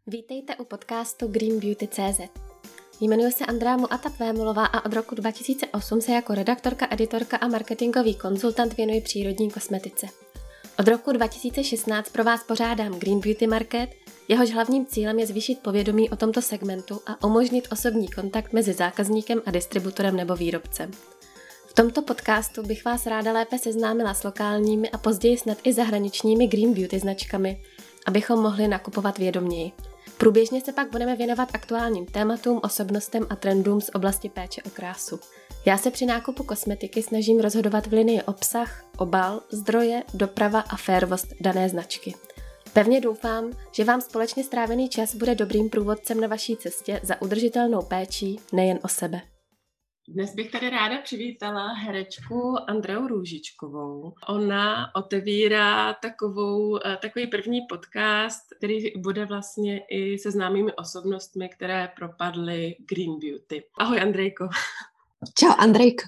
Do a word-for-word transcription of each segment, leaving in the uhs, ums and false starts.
Vítejte u podcastu Green Beauty tečka cé zet. Jmenuji se Andrea Muatap-Vémolová a od roku dva tisíce osm se jako redaktorka, editorka a marketingový konzultant věnuji přírodní kosmetice. Od roku dva tisíce šestnáct pro vás pořádám Green Beauty Market, jehož hlavním cílem je zvýšit povědomí o tomto segmentu a umožnit osobní kontakt mezi zákazníkem a distributorem nebo výrobcem. V tomto podcastu bych vás ráda lépe seznámila s lokálními a později snad i zahraničními Green Beauty značkami, abychom mohli nakupovat vědoměji. Průběžně se pak budeme věnovat aktuálním tématům, osobnostem a trendům z oblasti péče o krásu. Já se při nákupu kosmetiky snažím rozhodovat v linii obsah, obal, zdroje, doprava a férovost dané značky. Pevně doufám, že vám společně strávený čas bude dobrým průvodcem na vaší cestě za udržitelnou péčí nejen o sebe. Dnes bych tady ráda přivítala herečku Andreu Růžičkovou. Ona otevírá takovou, takový první podcast, který bude vlastně i se známými osobnostmi, které propadly Green Beauty. Ahoj, Andrejko. Čau, Andrejko.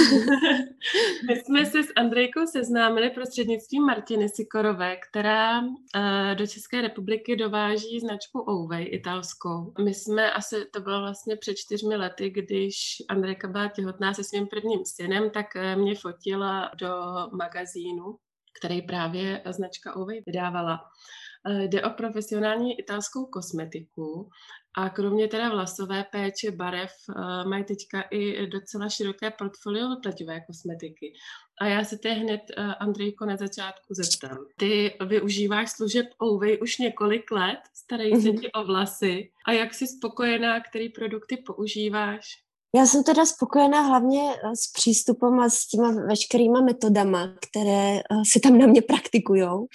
My jsme se s Andrejkou seznámili prostřednictvím Martiny Sikorové, která uh, do České republiky dováží značku Ouvej italskou. My jsme asi, to bylo vlastně před čtyřmi lety, když Andrejka byla těhotná se svým prvním synem, tak mě fotila do magazínu, který právě značka Ouvej vydávala. Jde o profesionální italskou kosmetiku a kromě teda vlasové péče, barev, mají teďka i docela široké portfolio pleťové kosmetiky. A já se tě hned, Andrejko, na začátku zeptám. Ty využíváš služeb Ouvej už několik let, starají se ti o vlasy. A jak jsi spokojená, který produkty používáš? Já jsem teda spokojená hlavně s přístupem a s těma veškerýma metodama, které se tam na mě praktikujou,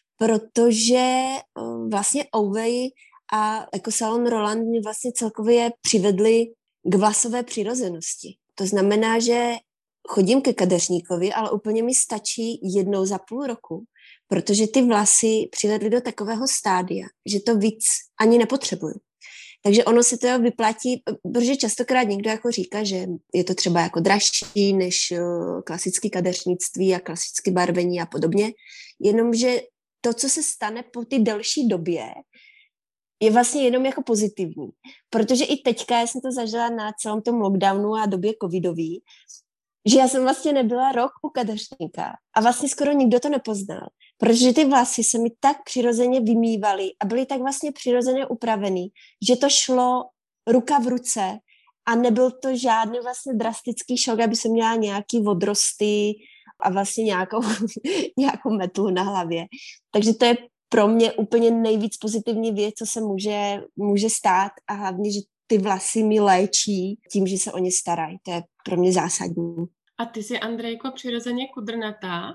protože vlastně Ouvej a ekosalon Roland mě vlastně celkově přivedli k vlasové přirozenosti. To znamená, že chodím ke kadeřníkovi, ale úplně mi stačí jednou za půl roku, protože ty vlasy přivedly do takového stádia, že to víc ani nepotřebuju. Takže ono se to vyplatí, protože častokrát někdo jako říká, že je to třeba jako dražší než klasické kadeřnictví a klasické barvení a podobně, jenomže to, co se stane po té delší době, je vlastně jenom jako pozitivní. Protože i teďka, já jsem to zažila na celém tom lockdownu a době covidový, že já jsem vlastně nebyla rok u kadeřníka a vlastně skoro nikdo to nepoznal. Protože ty vlasy se mi tak přirozeně vymývaly a byly tak vlastně přirozeně upravený, že to šlo ruka v ruce a nebyl to žádný vlastně drastický šok, aby jsem měla nějaký odrosty a vlastně nějakou, nějakou metlu na hlavě. Takže to je pro mě úplně nejvíc pozitivní věc, co se může, může stát a hlavně, že ty vlasy mi léčí tím, že se o ně starají. To je pro mě zásadní. A ty jsi, Andrejko, přirozeně kudrnatá?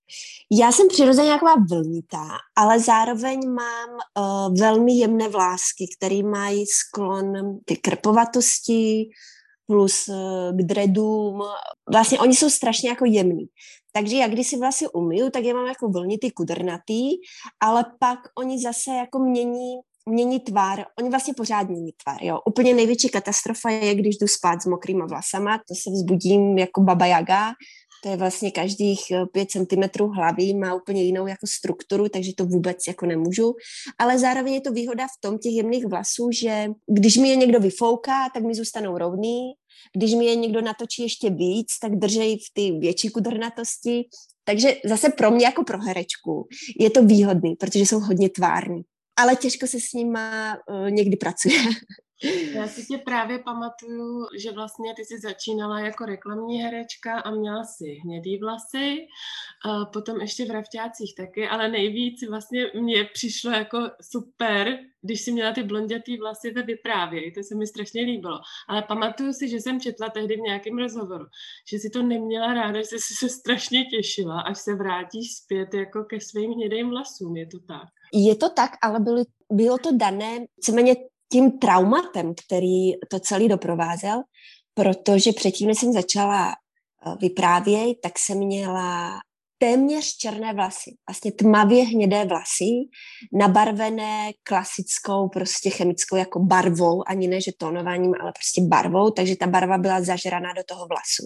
Já jsem přirozeně taková vlnitá, ale zároveň mám uh, velmi jemné vlásky, které mají sklon ke krpovatosti, plus uh, k dreadům. Vlastně oni jsou strašně jako jemný. Takže já když si vlasy umyju, tak je mám jako vlnitý, kudrnatý, ale pak oni zase jako mění, mění tvar. Oni vlastně pořád mění tvar, jo. Úplně největší katastrofa je, když jdu spát s mokrýma vlasama, to se vzbudím jako Baba Jaga. To je vlastně každých pět centimetrů hlavy, má úplně jinou jako strukturu, takže to vůbec jako nemůžu. Ale zároveň je to výhoda v tom těch jemných vlasů, že když mi je někdo vyfouká, tak mi zůstanou rovný. Když mi je někdo natočí ještě víc, tak držej v ty větší kudrnatosti. Takže zase pro mě jako pro herečku je to výhodný, protože jsou hodně tvární. Ale těžko se s nima uh, někdy pracuje. Já si tě právě pamatuju, že vlastně ty jsi začínala jako reklamní herečka a měla si hnědý vlasy, a potom ještě v Rafťácích taky, ale nejvíc vlastně mně přišlo jako super, když jsi měla ty blondětý vlasy ve Vyprávěj, to se mi strašně líbilo. Ale pamatuju si, že jsem četla tehdy v nějakém rozhovoru, že si to neměla ráda, že jsi se strašně těšila, až se vrátíš zpět jako ke svým hnědým vlasům, je to tak? Je to tak, ale bylo, bylo to dané víceméně tím traumatem, který to celý doprovázel, protože předtím, než jsem začala Vyprávěj, tak jsem měla téměř černé vlasy, vlastně tmavě hnědé vlasy, nabarvené klasickou prostě chemickou jako barvou, ani ne, že tónováním, ale prostě barvou, takže ta barva byla zažraná do toho vlasu.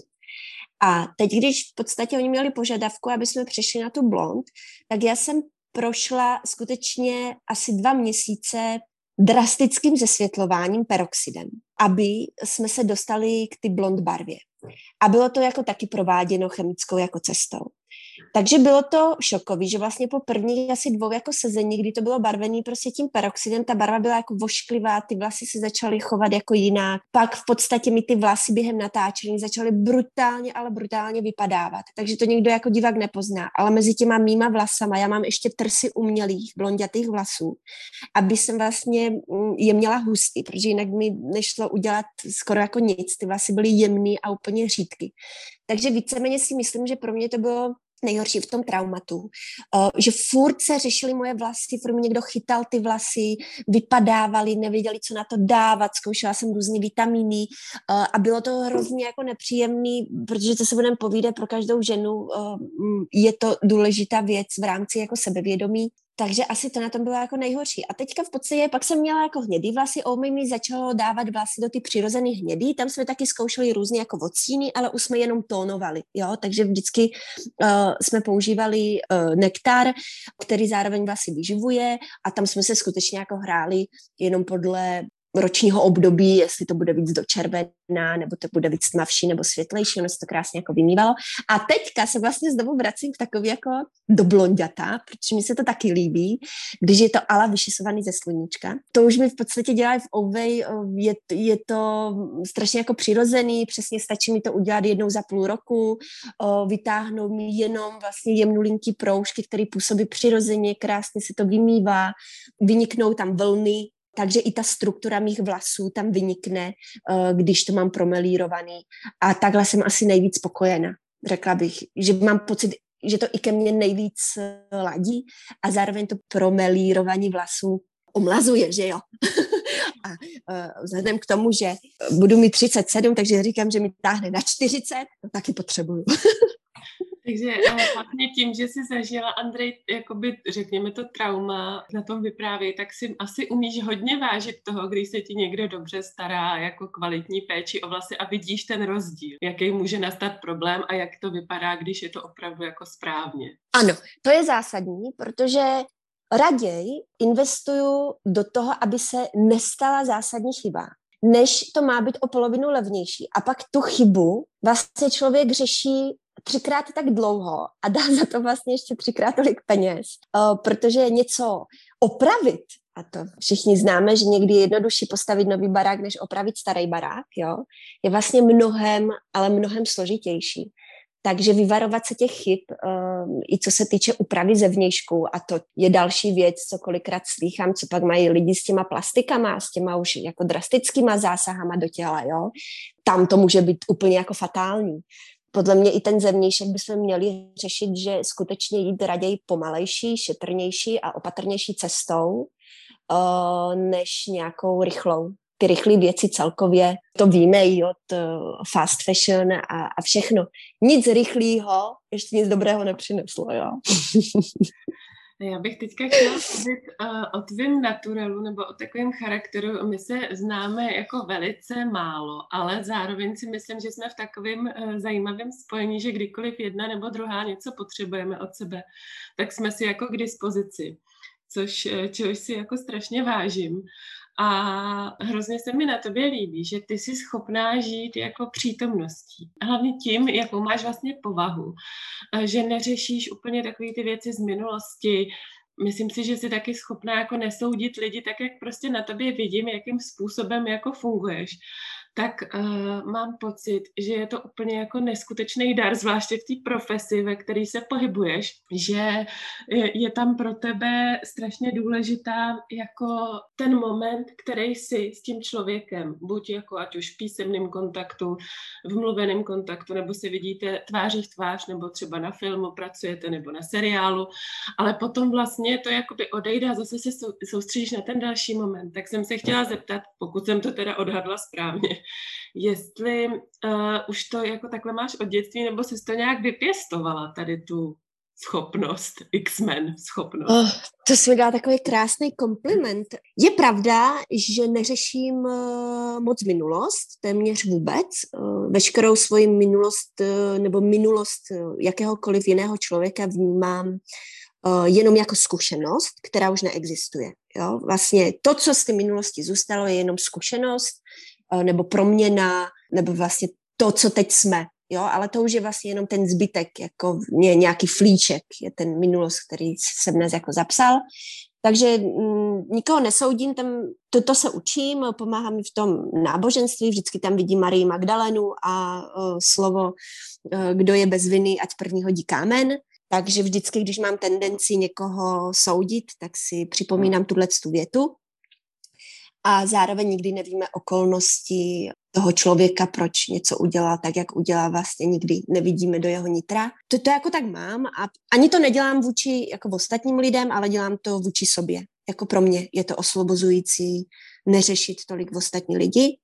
A teď, když v podstatě oni měli požadavku, aby jsme přešli na tu blond, tak já jsem prošla skutečně asi dva měsíce drastickým zesvětlováním peroxidem, aby jsme se dostali k ty blond barvě. A bylo to jako taky prováděno chemickou jako cestou. Takže bylo to šokový, že vlastně po prvních asi dvou jako sezení, kdy to bylo barvený prostě tím peroxidem, ta barva byla jako vošklivá, ty vlasy se začaly chovat jako jinak. Pak v podstatě mi ty vlasy během natáčení začaly brutálně, ale brutálně vypadávat. Takže to někdo jako divák nepozná. Ale mezi těma mýma vlasama, já mám ještě trsy umělých, blondětých vlasů, aby jsem vlastně je měla hustý, protože jinak mi nešlo udělat skoro jako nic. Ty vlasy byly jemný a úplně řídky. Takže víceméně si myslím, že pro mě to bylo nejhorší v tom traumatu, uh, že furt se řešily moje vlasy, furt mi někdo chytal ty vlasy, vypadávaly, nevěděli, co na to dávat, zkoušela jsem různý vitamíny uh, a bylo to hrozně jako nepříjemný, protože to se budeme povídat, pro každou ženu uh, je to důležitá věc v rámci jako sebevědomí. Takže asi to na tom bylo jako nejhorší. A teďka v podstatě pak jsem měla jako hnědý vlasy, Oumej mi začalo dávat vlasy do ty přirozený hnědý, tam jsme taky zkoušeli různě jako odstíny, ale už jsme jenom tónovali, jo, takže vždycky uh, jsme používali uh, nektar, který zároveň vlasy vyživuje a tam jsme se skutečně jako hráli jenom podle ročního období, jestli to bude víc do červená, nebo to bude víc tmavší, nebo světlejší, ono se to krásně jako vymývalo. A teďka se vlastně znovu vracím k takový jako do blonďata, protože mi se to taky líbí, když je to ala vyšisovaný ze sluníčka. To už mi v podstatě dělají v Ouvej, je, je to strašně jako přirozený, přesně stačí mi to udělat jednou za půl roku, vytáhnou mi jenom vlastně jemnulinký proužky, které působí přirozeně, krásně se to vymývá, vyniknou tam vlny, takže i ta struktura mých vlasů tam vynikne, když to mám promelírovaný. A takhle jsem asi nejvíc spokojená. Řekla bych, že mám pocit, že to i ke mně nejvíc ladí a zároveň to promelírovaní vlasů omlazuje, že jo. A vzhledem k tomu, že budu mít třicet sedm, takže říkám, že mi táhne na čtyřicet, to taky potřebuju. Takže vlastně tím, že jsi zažila, Andrej, jakoby řekněme to trauma na tom vypráví, tak si asi umíš hodně vážit toho, když se ti někdo dobře stará jako kvalitní péči o vlasy a vidíš ten rozdíl, jaký může nastat problém a jak to vypadá, když je to opravdu jako správně. Ano, to je zásadní, protože raději investuju do toho, aby se nestala zásadní chyba, než to má být o polovinu levnější. A pak tu chybu vlastně člověk řeší třikrát tak dlouho a dá za to vlastně ještě třikrát tolik peněz, uh, protože něco opravit, a to všichni známe, že někdy je jednodušší postavit nový barák, než opravit starý barák, jo, je vlastně mnohem, ale mnohem složitější. Takže vyvarovat se těch chyb, um, i co se týče úpravy zevnějšku, a to je další věc, co kolikrát slýchám, co pak mají lidi s těma plastikama, s těma už jako drastickýma zásahama do těla, jo. Tam to může být úplně jako fatální. Podle mě i ten zevnějšek bychom měli řešit, že skutečně jít raději pomalejší, šetrnější a opatrnější cestou, uh, než nějakou rychlou. Ty rychlé věci celkově, to víme i od uh, fast fashion a, a všechno. Nic rychlého ještě nic dobrého nepřineslo, jo. Já bych teďka chtěla mluvit uh, o tvým naturalu nebo o takovém charakteru. My se známe jako velice málo, ale zároveň si myslím, že jsme v takovém uh, zajímavém spojení, že kdykoliv jedna nebo druhá něco potřebujeme od sebe, tak jsme si jako k dispozici, což, čehož si jako strašně vážím. A hrozně se mi na tobě líbí, že ty jsi schopná žít jako přítomností. Hlavně tím, jakou máš vlastně povahu. Že neřešíš úplně takové ty věci z minulosti. Myslím si, že jsi taky schopná jako nesoudit lidi tak, jak prostě na tobě vidím, jakým způsobem jako funguješ. Tak uh, mám pocit, že je to úplně jako neskutečný dar, zvláště v té profesi, ve které se pohybuješ, že je, je tam pro tebe strašně důležitá jako ten moment, který jsi s tím člověkem, buď jako ať už v písemném kontaktu, v mluveném kontaktu, nebo si vidíte tváří v tvář, nebo třeba na filmu pracujete, nebo na seriálu, ale potom vlastně to jakoby odejde a zase se sou, soustředíš na ten další moment. Tak jsem se chtěla zeptat, pokud jsem to teda odhadla správně, jestli uh, už to jako takhle máš od dětství, nebo jsi to nějak vypěstovala, tady tu schopnost, X-Men schopnost. Oh, to jsi mi dala takový krásný kompliment. Je pravda, že neřeším uh, moc minulost, téměř vůbec. Uh, veškerou svoji minulost uh, nebo minulost uh, jakéhokoliv jiného člověka vnímám uh, jenom jako zkušenost, která už neexistuje. Jo? Vlastně to, co z té minulosti zůstalo, je jenom zkušenost nebo proměna, nebo vlastně to, co teď jsme. Jo? Ale to už je vlastně jenom ten zbytek, jako nějaký flíček, je ten minulost, který jsem dnes jako zapsal. Takže m, nikoho nesoudím, tam, to, to se učím, pomáhá mi v tom náboženství, vždycky tam vidím Marii Magdalenu a o, slovo, o, kdo je bez viny, ať první hodí kámen. Takže vždycky, když mám tendenci někoho soudit, tak si připomínám tuhletu větu. A zároveň nikdy nevíme okolnosti toho člověka, proč něco udělá tak, jak udělá, vlastně nikdy nevidíme do jeho nitra. To, to jako tak mám a ani to nedělám vůči jako ostatním lidem, ale dělám to vůči sobě. Jako pro mě je to osvobozující neřešit tolik ostatní lidi.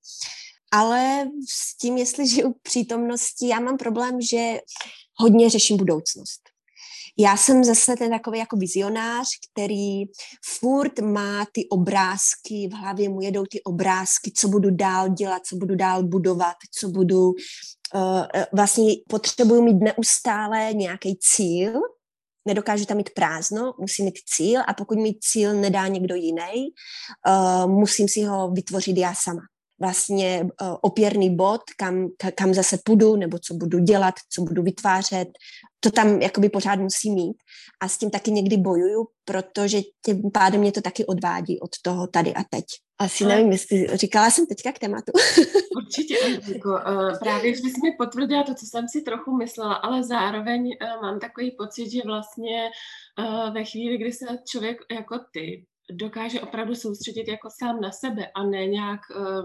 Ale s tím, jestli žiju přítomnosti, já mám problém, že hodně řeším budoucnost. Já jsem zase ten takový jako vizionář, který furt má ty obrázky, v hlavě mu jedou ty obrázky, co budu dál dělat, co budu dál budovat, co budu, uh, vlastně potřebuju mít neustále nějaký cíl, nedokážu tam mít prázdno, musím mít cíl a pokud mi cíl nedá někdo jiný, uh, musím si ho vytvořit já sama. Vlastně uh, opěrný bod, kam, kam zase půjdu, nebo co budu dělat, co budu vytvářet, to tam jakoby pořád musí mít a s tím taky někdy bojuju, protože tím pádem mě to taky odvádí od toho tady a teď. Asi ale... nevím, jestli říkala jsem teďka k tématu. Určitě, Andrejko. Uh, právě jsi mi potvrdila to, co jsem si trochu myslela, ale zároveň uh, mám takový pocit, že vlastně uh, ve chvíli, kdy se člověk jako ty dokáže opravdu soustředit jako sám na sebe a ne nějak um,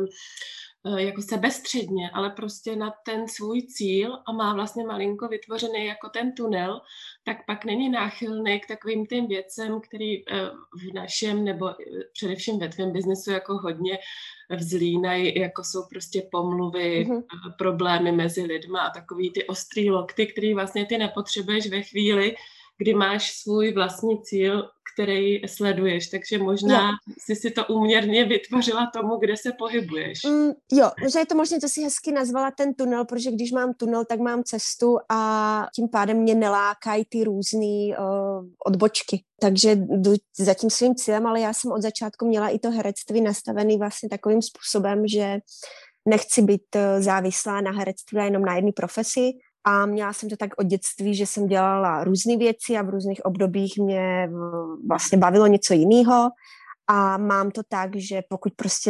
jako sebestředně, ale prostě na ten svůj cíl a má vlastně malinko vytvořený jako ten tunel, tak pak není náchylný k takovým těm věcem, který v našem nebo především ve tvém biznesu jako hodně vzlínají, jako jsou prostě pomluvy, mm-hmm. problémy mezi lidma a takový ty ostrý lokty, který vlastně ty nepotřebuješ ve chvíli, kdy máš svůj vlastní cíl, který sleduješ, takže možná jo. jsi si to úměrně vytvořila tomu, kde se pohybuješ. Mm, jo, možná je to možná, to si hezky nazvala ten tunel, protože když mám tunel, tak mám cestu a tím pádem mě nelákají ty různý uh, odbočky. Takže jdu za tím svým cílem, ale já jsem od začátku měla i to herectví nastavený vlastně takovým způsobem, že nechci být uh, závislá na herectví a jenom na jedné profesi. A měla jsem to tak od dětství, že jsem dělala různé věci a v různých obdobích mě vlastně bavilo něco jiného. A mám to tak, že pokud prostě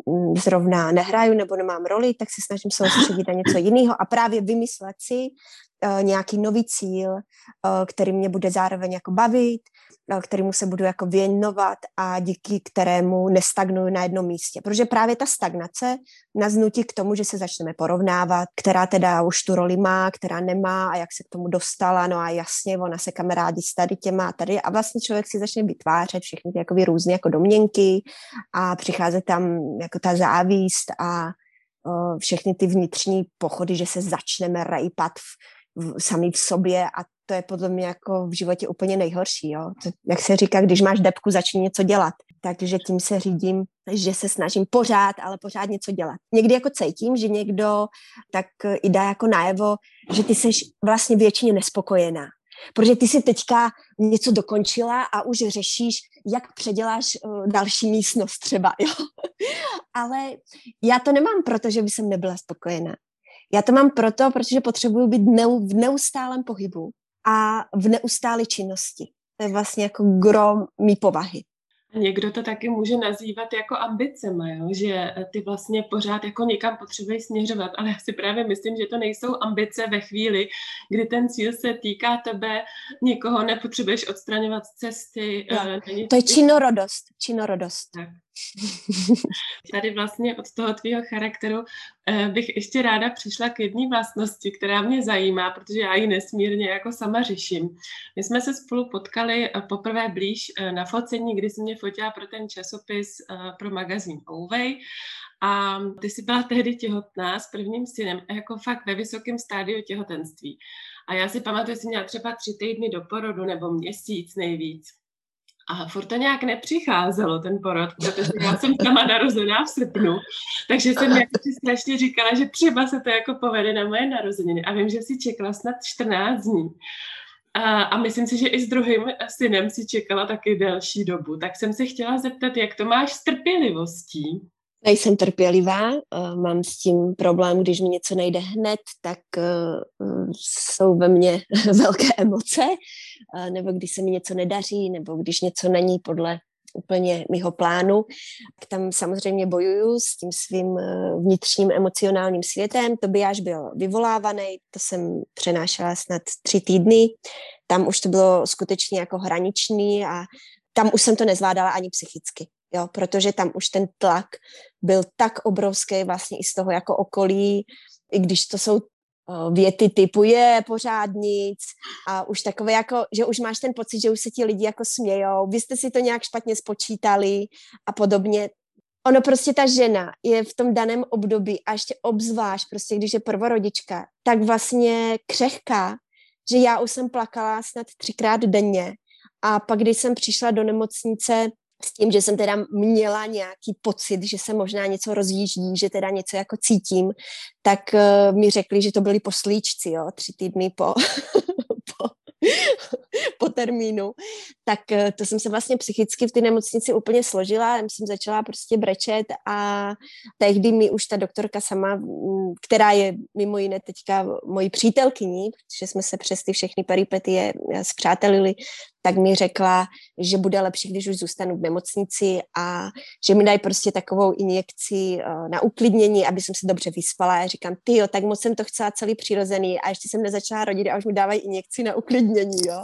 zrovna nehraju nebo nemám roli, tak se snažím soustředit na něco jiného a právě vymyslet si uh, nějaký nový cíl, uh, který mě bude zároveň jako bavit, uh, kterému se budu jako věnovat a díky kterému nestagnuju na jednom místě. Protože právě ta stagnace nás nutí k tomu, že se začneme porovnávat, která teda už tu roli má, která nemá a jak se k tomu dostala, no a jasně, ona se kamarádí s tady těma a tady a vlastně člověk si začne vytvářet všechny ty jakoby různé jako domněnky a přichází tam jako ta závíst a uh, všechny ty vnitřní pochody, že se začneme rejpat v, v, sami v sobě a to je podle mě jako v životě úplně nejhorší. Jo? To, jak se říká, když máš depku, začni něco dělat. Takže tím se řídím, že se snažím pořád, ale pořád něco dělat. Někdy jako cítím, že někdo tak i dá jako najevo, že ty jsi vlastně většině nespokojená. Protože ty si teďka něco dokončila a už řešíš, jak předěláš uh, další místnost třeba, jo. Ale já to nemám proto, že by jsem nebyla spokojená. Já to mám proto, protože potřebuji být neu, v neustálém pohybu a v neustálé činnosti. To je vlastně jako gro mý povahy. Někdo to taky může nazývat jako ambicema, jo? Že ty vlastně pořád jako někam potřebuješ směřovat, ale já si právě myslím, že to nejsou ambice ve chvíli, kdy ten cíl se týká tebe, nikoho nepotřebuješ odstraňovat z cesty. To je činorodost, činorodost. Tak. Tady vlastně od toho tvýho charakteru bych ještě ráda přišla k jedné vlastnosti, která mě zajímá, protože já ji nesmírně jako sama řeším. My jsme se spolu potkali poprvé blíž na focení, kdy jsi mě fotila pro ten časopis pro magazín Ouvej a ty jsi byla tehdy těhotná s prvním synem jako fakt ve vysokém stádiu těhotenství. A já si pamatuju, že jsi měla třeba tři týdny do porodu nebo měsíc nejvíc. A furt to nějak nepřicházelo, ten porod, protože já jsem sama narozená v srpnu, takže jsem jako si strašně říkala, že třeba se to jako povede na moje narozeniny. A vím, že si čekala snad čtrnáct dní. A, a myslím si, že i s druhým synem si čekala taky delší dobu. Tak jsem se chtěla zeptat, jak to máš s trpělivostí? Nejsem trpělivá, mám s tím problém, když mi něco nejde hned, tak jsou ve mně velké emoce, nebo když se mi něco nedaří, nebo když něco není podle úplně mýho plánu, tak tam samozřejmě bojuju s tím svým vnitřním emocionálním světem. Tobiáš byl vyvolávaný, to jsem přenášela snad tři týdny, tam už to bylo skutečně jako hraničný a tam už jsem to nezvládala ani psychicky. Jo, protože tam už ten tlak byl tak obrovský vlastně i z toho jako okolí, i když to jsou věty typu je pořád nic a už takové jako, že už máš ten pocit, že už se ti lidi jako smějou, vy jste si to nějak špatně spočítali a podobně. Ono prostě ta žena je v tom daném období a ještě obzvlášť prostě, když je prvorodička, tak vlastně křehká, že já už jsem plakala snad třikrát denně a pak, když jsem přišla do nemocnice s tím, že jsem teda měla nějaký pocit, že se možná něco rozjíždí, že teda něco jako cítím, tak uh, mi řekli, že to byli poslíčci, jo, tři týdny po, po, po termínu. Tak uh, to jsem se vlastně psychicky v té nemocnici úplně složila, tam jsem začala prostě brečet a tehdy mi už ta doktorka sama, která je mimo jiné teďka mojí přítelkyní, protože jsme se přes ty všechny peripetie spřátelili, tak mi řekla, že bude lepší, když už zůstanu v nemocnici a že mi dají prostě takovou injekci na uklidnění, aby jsem se dobře vyspala. Já říkám, tyjo, tak moc jsem to chcela celý přirozený a ještě jsem nezačala rodit a už mi dávají injekci na uklidnění, jo.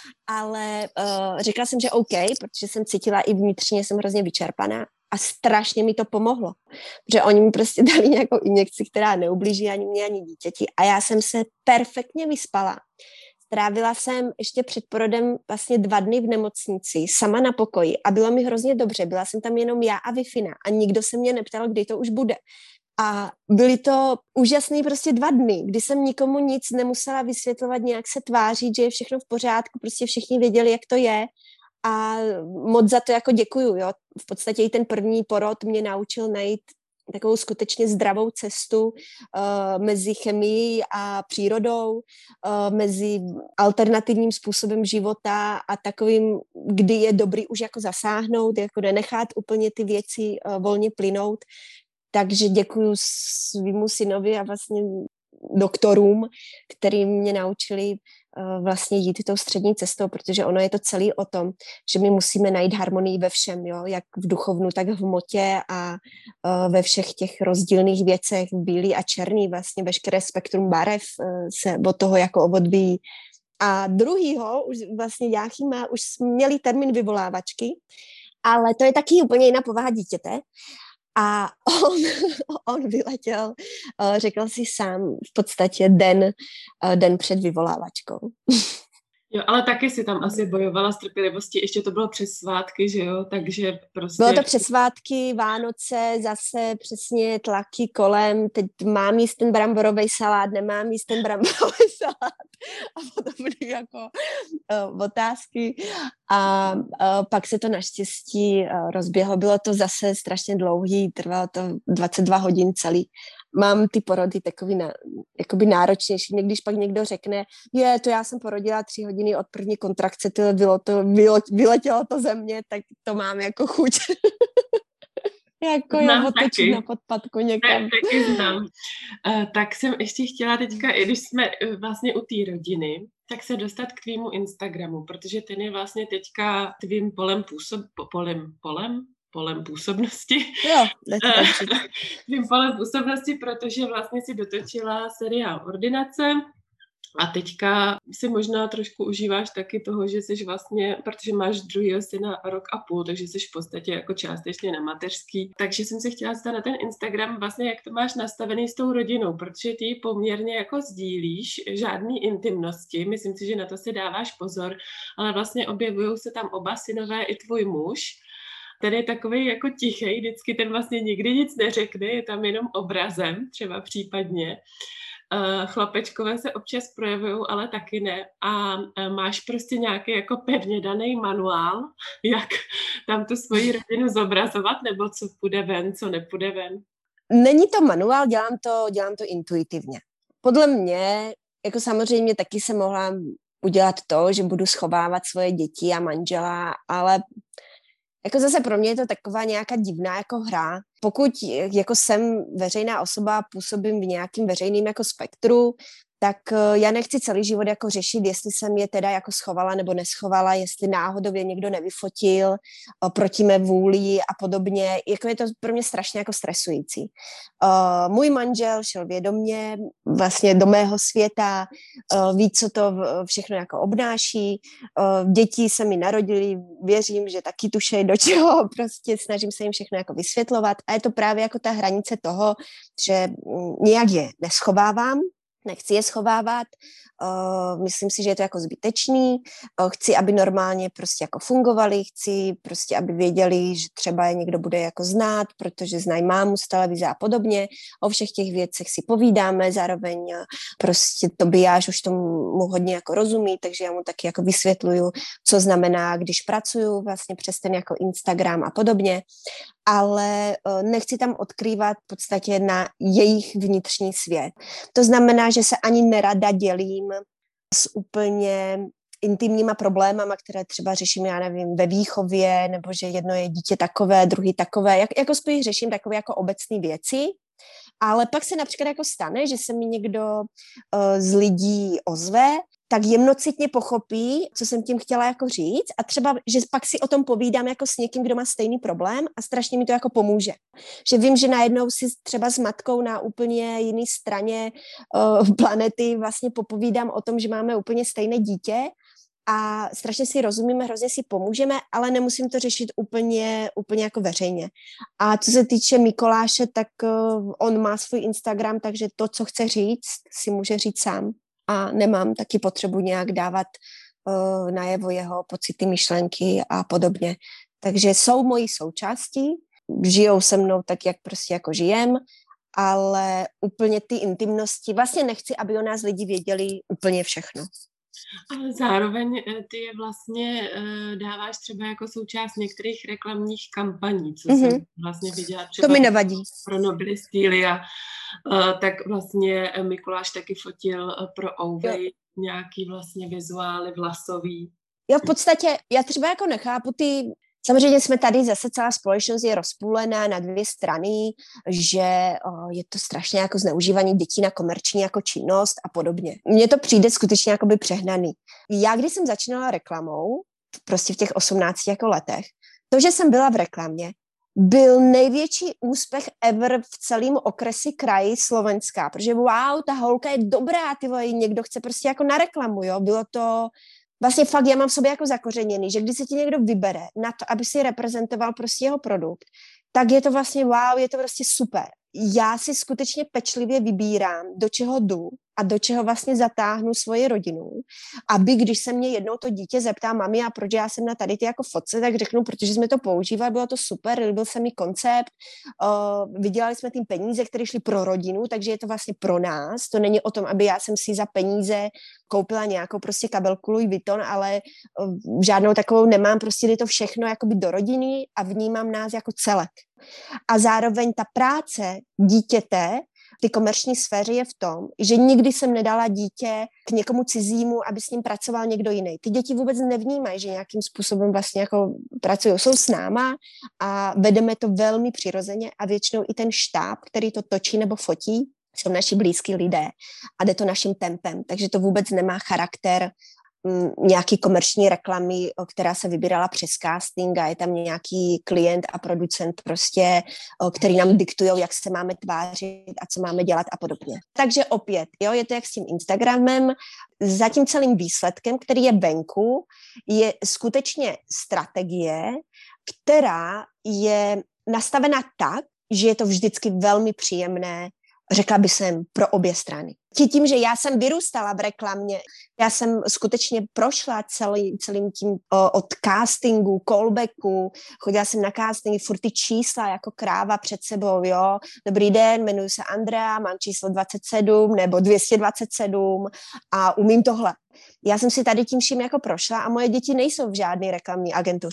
Ale uh, řekla jsem, že OK, protože jsem cítila i vnitřně, jsem hrozně vyčerpaná a strašně mi to pomohlo, protože oni mi prostě dali nějakou injekci, která neublíží ani mě, ani dítěti a já jsem se perfektně vyspala. Strávila jsem ještě před porodem vlastně dva dny v nemocnici, sama na pokoji a bylo mi hrozně dobře. Byla jsem tam jenom já a Wi-Fi a nikdo se mě neptal, kdy to už bude. A byly to úžasný prostě dva dny, kdy jsem nikomu nic nemusela vysvětlovat, nějak se tvářit, že je všechno v pořádku, prostě všichni věděli, jak to je a moc za to jako děkuju, jo. V podstatě i ten první porod mě naučil najít takovou skutečně zdravou cestu uh, mezi chemií a přírodou, uh, mezi alternativním způsobem života a takovým, kdy je dobrý už jako zasáhnout, jako nenechat úplně ty věci uh, volně plynout. Takže děkuju svýmu synovi a vlastně doktorům, který mě naučili uh, vlastně jít tou střední cestou, protože ono je to celý o tom, že my musíme najít harmonii ve všem, jo? Jak v duchovnu, tak v hmotě a uh, ve všech těch rozdílných věcech, bílý a černý, vlastně veškeré spektrum barev uh, se od toho jako odvíjí. A druhýho, už vlastně Jáchym má, už měli termín vyvolávačky, ale to je taky úplně jiná povaha dítěte. A on, on vyletěl, řekl si sám v podstatě den, den před vyvolávačkou. Jo, ale taky si tam asi bojovala s trpělivostí, ještě to bylo přes svátky, že jo, takže prostě... Bylo to přes svátky, Vánoce, zase přesně tlaky kolem, teď mám jíst ten bramborový salát, nemám jíst ten bramborový salát a podobné jako uh, otázky a uh, pak se to naštěstí uh, rozběhlo, bylo to zase strašně dlouhý, trvalo to dvacet dva hodin celý. Mám ty porody takový na, jakoby náročnější. Když pak někdo řekne, je, to já jsem porodila tři hodiny od první kontrakce, to bylo to, vyletělo to ze mě, tak to mám jako chuť. jako je otočit na podpatku někam. Tak, taky znám. Uh, tak jsem ještě chtěla teďka, i když jsme uh, vlastně u té rodiny, tak se dostat k tvýmu Instagramu, protože ten je vlastně teďka tvým polem působ... polem, polem? polem působnosti. Jo, Tvým polem působnosti, protože vlastně si dotočila seriál Ordinace a teďka si možná trošku užíváš taky toho, že jsi vlastně, protože máš druhýho syna rok a půl, takže jsi v podstatě jako částečně na mateřský. Takže jsem se chtěla zeptat na ten Instagram, vlastně jak to máš nastavený s tou rodinou, protože ty poměrně jako sdílíš žádný intimnosti, myslím si, že na to si dáváš pozor, ale vlastně objevují se tam oba synové i tvůj muž. Ten je takový jako tichý, vždycky ten vlastně nikdy nic neřekne, je tam jenom obrazem, třeba případně. Uh, chlapečkové se občas projevují, ale taky ne. A uh, máš prostě nějaký jako pevně daný manuál, jak tam tu svoji rodinu zobrazovat, nebo co půjde ven, co nepůjde ven? Není to manuál, dělám to, dělám to intuitivně. Podle mě, jako samozřejmě taky se mohla udělat to, že budu schovávat svoje děti a manžela, ale jako zase pro mě je to taková nějaká divná jako hra. Pokud jako jsem veřejná osoba, působím v nějakým veřejným jako spektru, tak já nechci celý život jako řešit, jestli jsem je teda jako schovala nebo neschovala, jestli náhodou je někdo nevyfotil proti mé vůli a podobně. Jako je to pro mě strašně jako stresující. Uh, můj manžel šel vědomě vlastně do mého světa, uh, ví, co to všechno jako obnáší. Uh, děti se mi narodily, věřím, že taky tušejí do čeho, prostě snažím se jim všechno jako vysvětlovat a je to právě jako ta hranice toho, že nějak je neschovávám, nechci je schovávat, uh, myslím si, že je to jako zbytečný, uh, chci, aby normálně prostě jako fungovali, chci prostě, aby věděli, že třeba je někdo bude jako znát, protože znají mámu z televize a podobně, o všech těch věcech si povídáme, zároveň uh, prostě Tobiáš už tomu hodně jako rozumí, takže já mu taky jako vysvětluju, co znamená, když pracuju vlastně přes ten jako Instagram a podobně, ale uh, nechci tam odkrývat v podstatě na jejich vnitřní svět. To znamená, že se ani nerada dělím s úplně intimníma problémama, které třeba řeším, já nevím, ve výchově, nebo že jedno je dítě takové, druhý takové, jak, jako spíš řeším takové jako obecné věci, ale pak se například jako stane, že se mi někdo uh, z lidí ozve, tak jemnocitně pochopí, co jsem tím chtěla jako říct a třeba, že pak si o tom povídám jako s někým, kdo má stejný problém a strašně mi to jako pomůže. Že vím, že najednou si třeba s matkou na úplně jiné straně uh, planety vlastně popovídám o tom, že máme úplně stejné dítě a strašně si rozumíme, hrozně si pomůžeme, ale nemusím to řešit úplně, úplně jako veřejně. A co se týče Mikoláše, tak uh, on má svůj Instagram, takže to, co chce říct, si může říct sám. A nemám taky potřebu nějak dávat uh, najevo jeho pocity, myšlenky a podobně. Takže jsou mojí součástí, žijou se mnou tak, jak prostě jako žijem, ale úplně ty intimnosti, vlastně nechci, aby o nás lidi věděli úplně všechno. Ale zároveň ty je vlastně uh, dáváš třeba jako součást některých reklamních kampaní, co mm-hmm. jsem vlastně viděla třeba to mi nevadí. Pro Nobily Stylia, uh, tak vlastně Mikuláš taky fotil uh, pro Ouvej nějaký vlastně vizuály vlasový. Jo, v podstatě já třeba jako nechápu ty. Samozřejmě jsme tady zase celá společnost je rozpůlená na dvě strany, že o, je to strašně jako zneužívání dětí na komerční jako činnost a podobně. Mně to přijde skutečně jakoby přehnaný. Já, když jsem začínala reklamou, prostě v těch osmnácti jako letech, to, že jsem byla v reklamě, byl největší úspěch ever v celém okresi kraji Slovenska, protože wow, ta holka je dobrá, ty vole, někdo chce prostě jako na reklamu, jo, bylo to. Vlastně fakt já mám v sobě jako zakořeněný, že když se ti někdo vybere na to, aby si reprezentoval prostě jeho produkt, tak je to vlastně wow, je to prostě super. Já si skutečně pečlivě vybírám, do čeho jdu a do čeho vlastně zatáhnu svoji rodinu, aby když se mě jednou to dítě zeptá, mami, a proč já jsem na tady ty jako fotce, tak řeknu, protože jsme to používali, bylo to super, líbil se mi koncept, uh, vydělali jsme tím peníze, které šly pro rodinu, takže je to vlastně pro nás, to není o tom, aby já jsem si za peníze koupila nějakou prostě kabelku Louis Vuitton, ale uh, žádnou takovou nemám, prostě je to všechno jakoby do rodiny a vnímám nás jako celek. A zároveň ta práce dítěte v té komerční sféře je v tom, že nikdy jsem nedala dítě k někomu cizímu, aby s ním pracoval někdo jiný. Ty děti vůbec nevnímají, že nějakým způsobem vlastně jako pracují. Jsou s náma a vedeme to velmi přirozeně a většinou i ten štáb, který to točí nebo fotí, jsou naši blízký lidé a jde to naším tempem. Takže to vůbec nemá charakter nějaký komerční reklamy, která se vybírala přes casting a je tam nějaký klient a producent prostě, který nám diktujou, jak se máme tvářit a co máme dělat a podobně. Takže opět, jo, je to jak s tím Instagramem, za tím celým výsledkem, který je venku, je skutečně strategie, která je nastavena tak, že je to vždycky velmi příjemné, řekla bych jsem, pro obě strany. Tím, že já jsem vyrůstala v reklamě, já jsem skutečně prošla celý, celým tím o, od castingu, callbacku, chodila jsem na castingy, furt ty čísla jako kráva před sebou, jo. Dobrý den, jmenuji se Andrea, mám číslo dvacet sedm nebo dvě stě dvacet sedm a umím tohle. Já jsem si tady tím vším jako prošla a moje děti nejsou v žádné reklamní agentuře.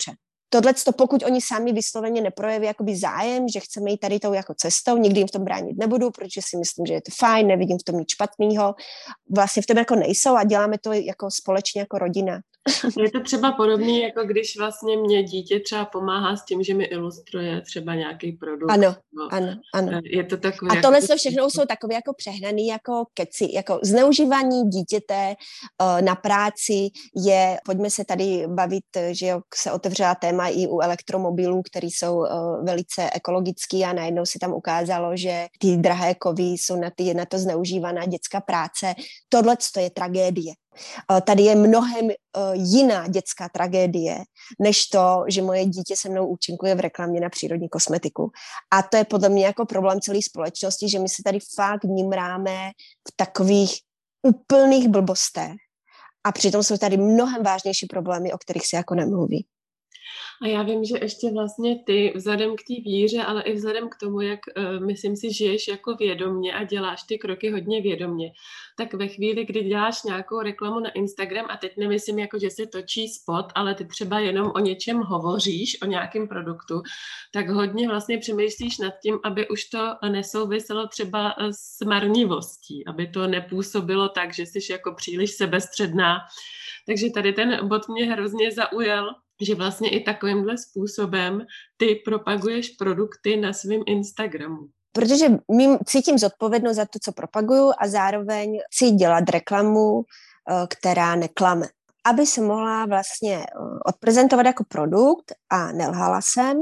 tohleto, pokud oni sami vysloveně neprojeví jakoby zájem, že chceme jít tady tou jako cestou, nikdy jim v tom bránit nebudu, protože si myslím, že je to fajn, nevidím v tom nic špatného, vlastně v tom jako nejsou a děláme to jako společně jako rodina. Je to třeba podobný, jako když vlastně mě dítě třeba pomáhá s tím, že mi ilustruje třeba nějaký produkt. Ano, no. ano, ano. Je to takový, a tohle jako... všechno jsou takové jako přehnaný jako keci, jako zneužívání dítěte uh, na práci je, pojďme se tady bavit, že jo, se otevřela téma i u elektromobilů, které jsou uh, velice ekologický a najednou se tam ukázalo, že ty drahé kovy jsou na, ty, na to zneužívaná dětská práce. Tohle je tragédie. Tady je mnohem uh, jiná dětská tragédie, než to, že moje dítě se mnou účinkuje v reklamě na přírodní kosmetiku. A to je podle mě jako problém celé společnosti, že my se tady fakt vnímráme v takových úplných blbostech. A přitom jsou tady mnohem vážnější problémy, o kterých se jako nemluví. A já vím, že ještě vlastně ty vzhledem k té víře, ale i vzhledem k tomu, jak uh, myslím si, žiješ jako vědomně a děláš ty kroky hodně vědomně, tak ve chvíli, kdy děláš nějakou reklamu na Instagram, a teď nemyslím jako, že se točí spot, ale ty třeba jenom o něčem hovoříš, o nějakém produktu, tak hodně vlastně přemýšlíš nad tím, aby už to nesouviselo třeba s marnivostí, aby to nepůsobilo tak, že jsi jako příliš sebestředná. Takže tady ten bod mě hrozně zaujal, že vlastně i takovýmhle způsobem ty propaguješ produkty na svém Instagramu. Protože mým cítím zodpovědnost za to, co propaguju a zároveň chci dělat reklamu, která neklame. Aby se mohla vlastně odprezentovat jako produkt a nelhala jsem,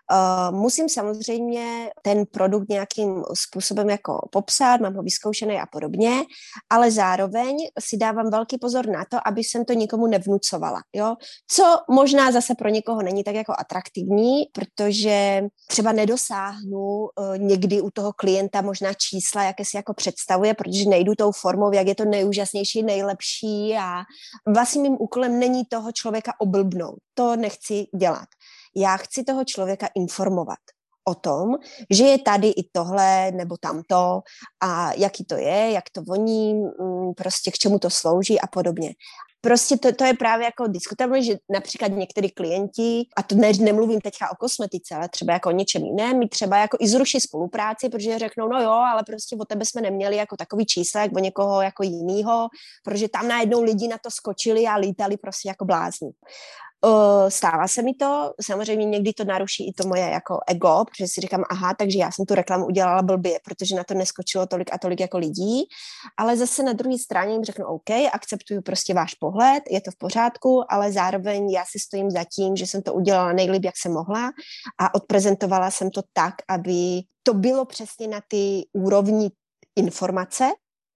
musím samozřejmě ten produkt nějakým způsobem jako popsat, mám ho vyzkoušený a podobně, ale zároveň si dávám velký pozor na to, aby jsem to nikomu nevnucovala. Jo? Co možná zase pro někoho není tak jako atraktivní, protože třeba nedosáhnu někdy u toho klienta možná čísla, jaké si jako představuje, protože nejdu tou formou, jak je to nejúžasnější, nejlepší a vlastně mým úkolem není toho člověka oblbnout. To nechci dělat. Já chci toho člověka informovat o tom, že je tady i tohle nebo tamto a jaký to je, jak to voní, prostě k čemu to slouží a podobně. Prostě to, to je právě jako diskutabilní, že například některý klienti, a to ne, nemluvím teďka o kosmetice, ale třeba jako o něčem jiném, mi třeba jako i zruší spolupráci, protože řeknou, no jo, ale prostě o tebe jsme neměli jako takový čísla, jak o někoho jako jinýho, protože tam najednou lidi na to skočili a lítali prostě jako blázni. Uh, stává se mi to, samozřejmě někdy to naruší i to moje jako ego, protože si říkám, aha, takže já jsem tu reklamu udělala blbě, protože na to neskočilo tolik a tolik jako lidí, ale zase na druhé straně jim řeknu, OK, akceptuju prostě váš pohled, je to v pořádku, ale zároveň já si stojím za tím, že jsem to udělala nejlíp, jak jsem mohla a odprezentovala jsem to tak, aby to bylo přesně na ty úrovni informace,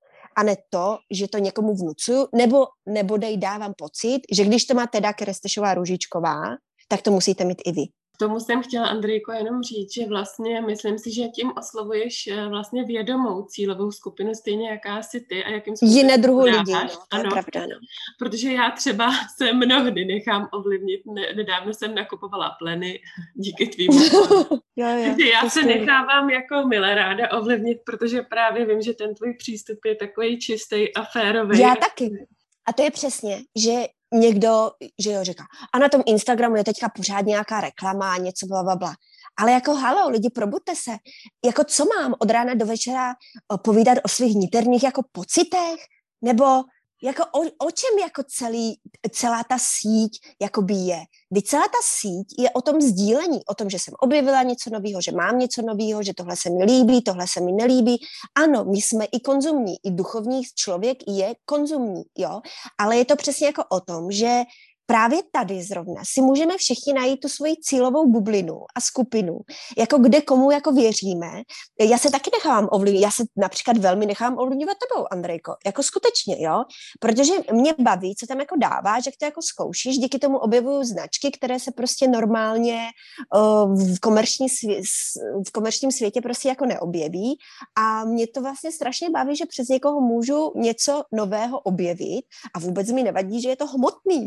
a ne to, že to někomu vnucuju, nebo, nebo dej dávám pocit, že když to má teda Kerestešová Růžičková, tak to musíte mít i vy. K tomu jsem chtěla, Andrejko, jenom říct, že vlastně myslím si, že tím oslovuješ vlastně vědomou cílovou skupinu, stejně jaká jsi ty a jakým způsobem jiné druhu lidí, no, to ano, je pravda, no. Protože já třeba se mnohdy nechám ovlivnit, ne, nedávno jsem nakupovala pleny díky tvýmu. jo, jo, já se nechávám jako milé ráda ovlivnit, protože právě vím, že ten tvůj přístup je takový čistý a férový. Já taky. A to je přesně, že někdo, že jo, říká, a na tom Instagramu je teďka pořád nějaká reklama a něco blablabla. Ale jako halo, lidi, probuďte se. Jako co mám od rána do večera povídat o svých niterních jako pocitech? Nebo jako o, o čem jako celý, celá ta síť jakoby je? Kdy celá ta síť je o tom sdílení, o tom, že jsem objevila něco nového, že mám něco nového, že tohle se mi líbí, tohle se mi nelíbí. Ano, my jsme i konzumní, i duchovní člověk je konzumní, jo, ale je to přesně jako o tom, že právě tady zrovna si můžeme všichni najít tu svoji cílovou bublinu a skupinu, jako kde komu jako věříme. Já se taky nechám ovlivnit, já se například velmi nechám ovlivňovat tebou, Andrejko, jako skutečně, jo, protože mě baví, co tam jako dává, že to jako zkoušíš, díky tomu objevuju značky, které se prostě normálně uh, v, komerční svě- v komerčním světě prostě jako neobjeví a mě to vlastně strašně baví, že přes někoho můžu něco nového objevit a vůbec mi nevadí, že je to hmotný, jo, nebo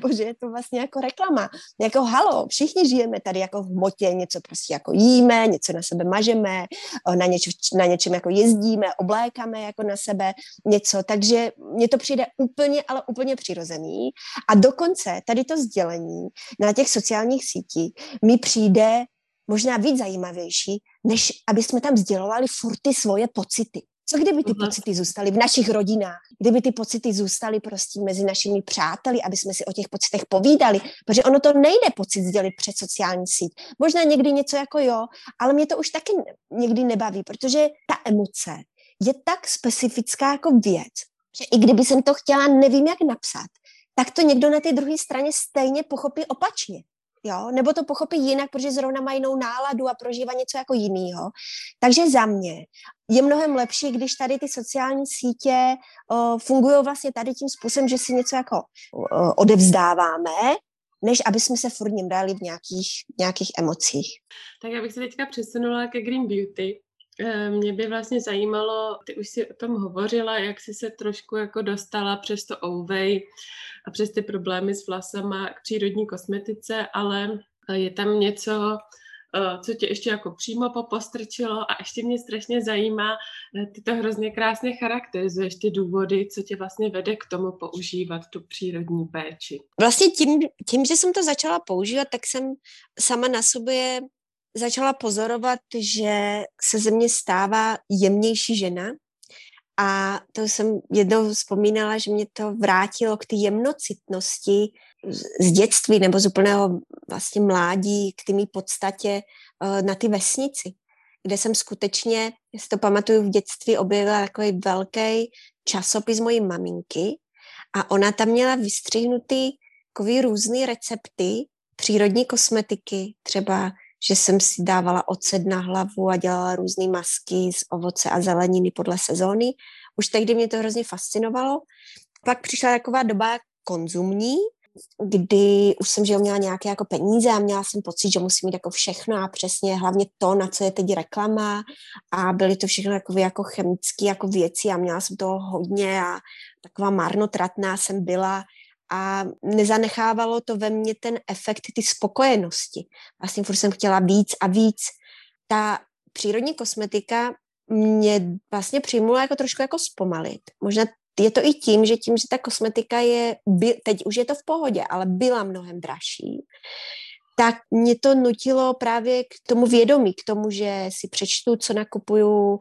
nebo že je to vlastně jako reklama. Jako halo, všichni žijeme tady jako v hmotě, něco prostě jako jíme, něco na sebe mažeme, na, něč, na něčem jako jezdíme, oblékáme jako na sebe něco, takže mně to přijde úplně, ale úplně přirozený a dokonce tady to sdělení na těch sociálních sítích mi přijde možná víc zajímavější, než aby jsme tam sdělovali furt ty svoje pocity. Co kdyby ty uh-huh. pocity zůstaly v našich rodinách? Kdyby ty pocity zůstaly prostě mezi našimi přáteli, aby jsme si o těch pocitech povídali, protože ono to nejde pocit sdělit přes sociální síť. Možná někdy něco jako jo, ale mě to už taky někdy nebaví, protože ta emoce je tak specifická jako věc, že i kdyby jsem to chtěla, nevím jak napsat, tak to někdo na té druhé straně stejně pochopí opačně. Jo? Nebo to pochopí jinak, protože zrovna mají jinou náladu a prožívá něco jako jinýho. Takže za mě je mnohem lepší, když tady ty sociální sítě uh, fungují vlastně tady tím způsobem, že si něco jako uh, odevzdáváme, než aby jsme se furt brali v nějakých, nějakých emocích. Tak já bych se teďka přesunula ke Green Beauty. Mě by vlastně zajímalo, ty už si o tom hovořila, jak jsi se trošku jako dostala přes to Ouvej a přes ty problémy s vlasama k přírodní kosmetice, ale je tam něco, co tě ještě jako přímo popostrčilo a ještě mě strašně zajímá, ty to hrozně krásně charakterizuješ, ty důvody, co tě vlastně vede k tomu používat tu přírodní péči. Vlastně tím, tím, že jsem to začala používat, tak jsem sama na sobě začala pozorovat, že se ze mě stává jemnější žena a to jsem jednou vzpomínala, že mě to vrátilo k té jemnocitnosti z dětství nebo z úplného vlastně mládí, k té mý podstatě na ty vesnici, kde jsem skutečně, já si to pamatuju, v dětství objevila takový velký časopis mojí maminky a ona tam měla vystřihnutý takový různý recepty přírodní kosmetiky, třeba že jsem si dávala ocet na hlavu a dělala různé masky z ovoce a zeleniny podle sezóny. Už tehdy mě to hrozně fascinovalo. Pak přišla taková doba konzumní, kdy už jsem že měla nějaké jako peníze a měla jsem pocit, že musím mít jako všechno a přesně hlavně to, na co je teď reklama a byly to všechno takové jako chemické jako věci a měla jsem toho hodně a taková marnotratná jsem byla. A nezanechávalo to ve mně ten efekt ty spokojenosti. Vlastně furt jsem chtěla víc a víc. Ta přírodní kosmetika mě vlastně přijmula jako trošku jako zpomalit. Možná je to i tím, že tím, že ta kosmetika je, teď už je to v pohodě, ale byla mnohem dražší, tak mě to nutilo právě k tomu vědomí, k tomu, že si přečtu, co nakupuju,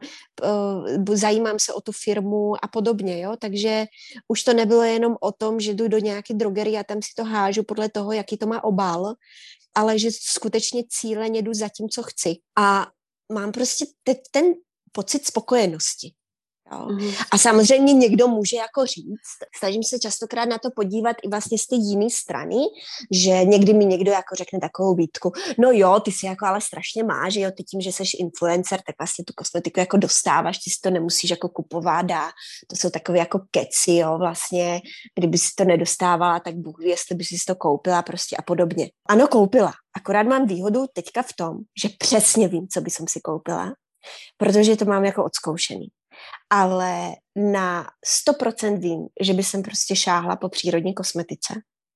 zajímám se o tu firmu a podobně, jo, takže už to nebylo jenom o tom, že jdu do nějaké drogerie a tam si to hážu podle toho, jaký to má obal, ale že skutečně cíleně jdu za tím, co chci. A mám prostě te- ten pocit spokojenosti. Jo. Mm. A samozřejmě někdo může jako říct, snažím se častokrát na to podívat i vlastně z té jiné strany, že někdy mi někdo jako řekne takovou výtku, no jo, ty si jako ale strašně máš, jo, ty tím, že jsi influencer, tak vlastně tu kosmetiku jako dostáváš, ty si to nemusíš jako kupovat a to jsou takové jako keci, jo, vlastně, kdyby si to nedostávala, tak Bůh ví, jestli by si to koupila prostě a podobně. Ano, koupila, akorát mám výhodu teďka v tom, že přesně vím, co by som si koupila, protože to mám jako odzkoušený. Ale na sto procent vím, že by jsem prostě šáhla po přírodní kosmetice.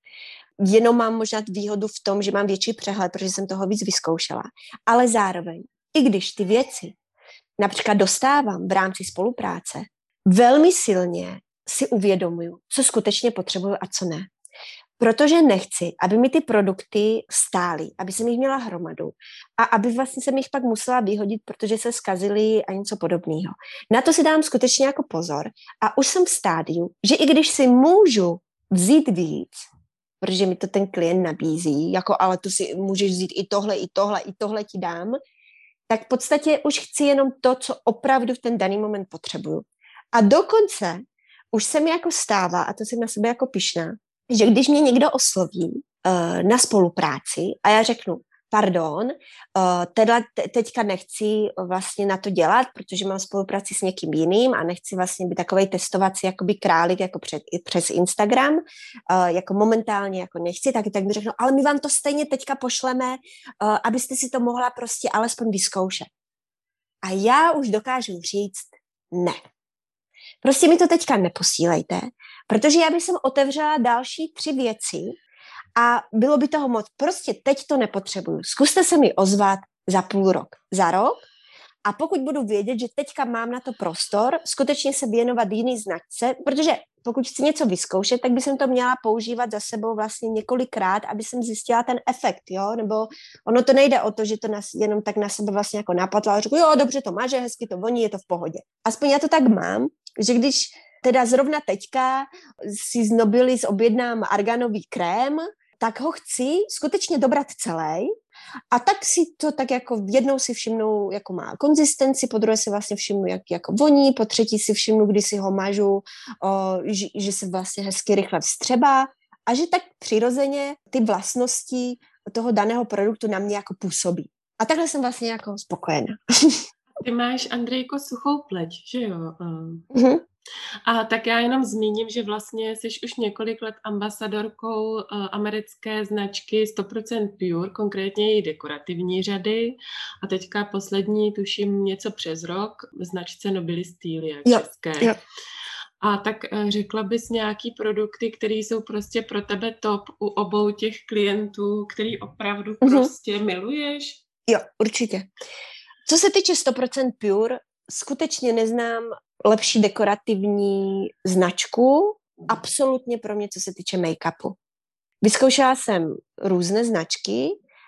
Jenom mám možná výhodu v tom, že mám větší přehled, protože jsem toho víc vyzkoušela. Ale zároveň, i když ty věci například dostávám v rámci spolupráce, velmi silně si uvědomuju, co skutečně potřebuju a co ne. Protože nechci, aby mi ty produkty stály, aby jsem jich měla hromadu a aby vlastně jsem jich pak musela vyhodit, protože se zkazily a něco podobného. Na to si dám skutečně jako pozor a už jsem v stádiu, že i když si můžu vzít víc, protože mi to ten klient nabízí, jako ale tu si můžeš vzít i tohle, i tohle, i tohle ti dám, tak v podstatě už chci jenom to, co opravdu v ten daný moment potřebuju. A dokonce už se mi jako stává, a to jsem na sebe jako pyšná, že když mě někdo osloví uh, na spolupráci a já řeknu, pardon, uh, teda te- teďka nechci vlastně na to dělat, protože mám spolupráci s někým jiným a nechci vlastně být takovej testovací jakoby králík jako před, přes Instagram, uh, jako momentálně jako nechci, tak, tak mi řeknu, ale my vám to stejně teďka pošleme, uh, abyste si to mohla prostě alespoň vyzkoušet. A já už dokážu říct ne. Prostě mi to teďka neposílejte, protože já bych jsem otevřela další tři věci, a bylo by toho moc. Prostě teď to nepotřebuju. Zkuste se mi ozvat za půl rok, za rok a pokud budu vědět, že teďka mám na to prostor, skutečně se věnovat jiný značce, protože pokud chci něco vyzkoušet, tak bych to měla používat za sebou vlastně několikrát, aby jsem zjistila ten efekt, jo, nebo ono to nejde o to, že to nas, jenom tak na sebe vlastně jako napadla a řeknu, jo, dobře to maže, hezky to voní, je to v pohodě. Aspoň já to tak mám, že když teda zrovna teďka si z Nobilis objednám arganový krém, tak ho chci skutečně dobrat celý a tak si to tak jako jednou si všimnu, jako má konzistenci, po druhé si vlastně všimnu, jak jako voní, po třetí si všimnu, když si ho mažu, o, že, že se vlastně hezky rychle vstřebá a že tak přirozeně ty vlastnosti toho daného produktu na mě jako působí. A takhle jsem vlastně jako spokojená. Ty máš, Andrejko, suchou pleť, že jo? Mm-hmm. A tak já jenom zmíním, že vlastně jsi už několik let ambasadorkou uh, americké značky sto procent Pure, konkrétně její dekorativní řady a teďka poslední, tuším něco přes rok, v značce Nobilis Stylia české. Jo. A tak uh, řekla bys nějaký produkty, které jsou prostě pro tebe top u obou těch klientů, který opravdu mm-hmm. prostě miluješ? Jo, určitě. Co se týče sto procent Pure, skutečně neznám lepší dekorativní značku, absolutně pro mě, co se týče make-upu. Vyzkoušela jsem různé značky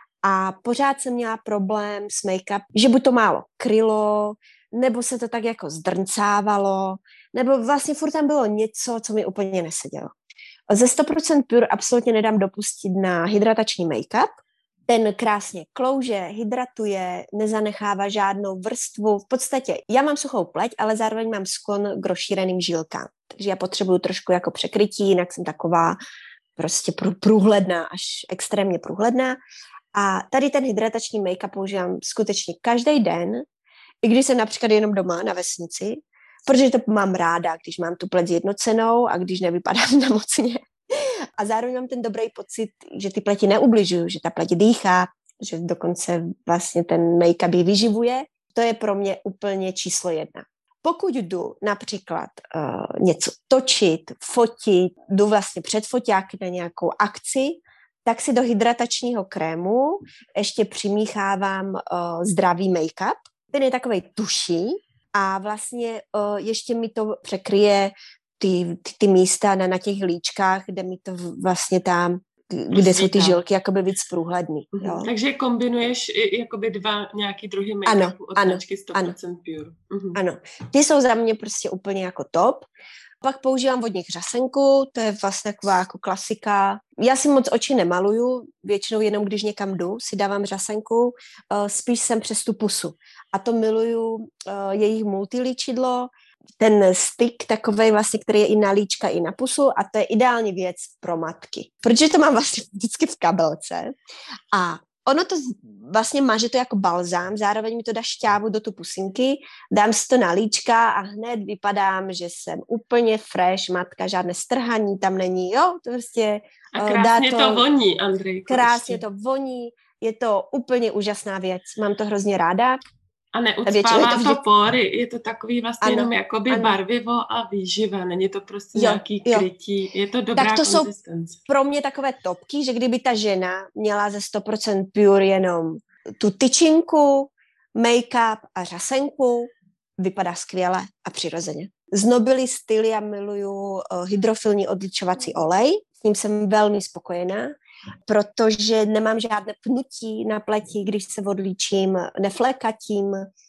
a pořád jsem měla problém s make-up, že buď to málo krylo, nebo se to tak jako zdrncávalo, nebo vlastně furt tam bylo něco, co mi úplně nesedělo. Ze sto procent Pure absolutně nedám dopustit na hydratační make-up. Ten krásně klouže, hydratuje, nezanechává žádnou vrstvu. V podstatě já mám suchou pleť, ale zároveň mám sklon k rozšířeným žilkám. Takže já potřebuju trošku jako překrytí, jinak jsem taková prostě průhledná, až extrémně průhledná. A tady ten hydratační make-up používám skutečně každý den, i když jsem například jenom doma na vesnici, protože to mám ráda, když mám tu pleť zjednocenou a když nevypadám nemocně. A zároveň mám ten dobrý pocit, že ty pleti neubližují, že ta pleť dýchá, že dokonce vlastně ten make-up ji vyživuje. To je pro mě úplně číslo jedna. Pokud jdu například uh, něco točit, fotit, jdu vlastně před foťáky na nějakou akci, tak si do hydratačního krému ještě přimíchávám uh, zdravý make-up. Ten je takovej tuší a vlastně uh, ještě mi to překryje Ty, ty, ty místa na, na těch líčkách, kde mi to vlastně tam, kde jsou ty žilky jakoby víc průhledný. Mm-hmm. Jo? Takže kombinuješ jakoby dva nějaký druhy make-upu od značky sto procent Pure. Mm-hmm. Ano, ty jsou za mě prostě úplně jako top. Pak používám vodní hřasenku, to je vlastně taková jako klasika. Já si moc oči nemaluju, většinou jenom když někam jdu, si dávám hřasenku, spíš jsem přes tu pusu. A to miluju jejich multilíčidlo, ten styk takovej vlastně, který je i na líčka, i na pusu a to je ideální věc pro matky. Protože to mám vlastně vždycky v kabelce a ono to vlastně maže to jako balzám, zároveň mi to dá šťávu do tu pusinky, dám si to na líčka a hned vypadám, že jsem úplně fresh matka, žádné strhaní tam není, jo, to prostě a krásně dá to, to voní, Andrejko. Krásně to voní, je to úplně úžasná věc, mám to hrozně ráda. A neucpává to, vždy... to pory, je to takový vlastně ano, jenom jakoby ano. barvivo a výživa, není to prostě jo, nějaký jo. krytí, je to dobrá tak to konzistence. Jsou pro mě takové topky, že kdyby ta žena měla ze sto procent Pure jenom tu tyčinku, make-up a řasenku, vypadá skvěle a přirozeně. Z Nobilis Stylia miluju uh, hydrofilní odličovací olej, s ním jsem velmi spokojená, protože nemám žádné pnutí na pleti, když se odlíčím, neflékatím,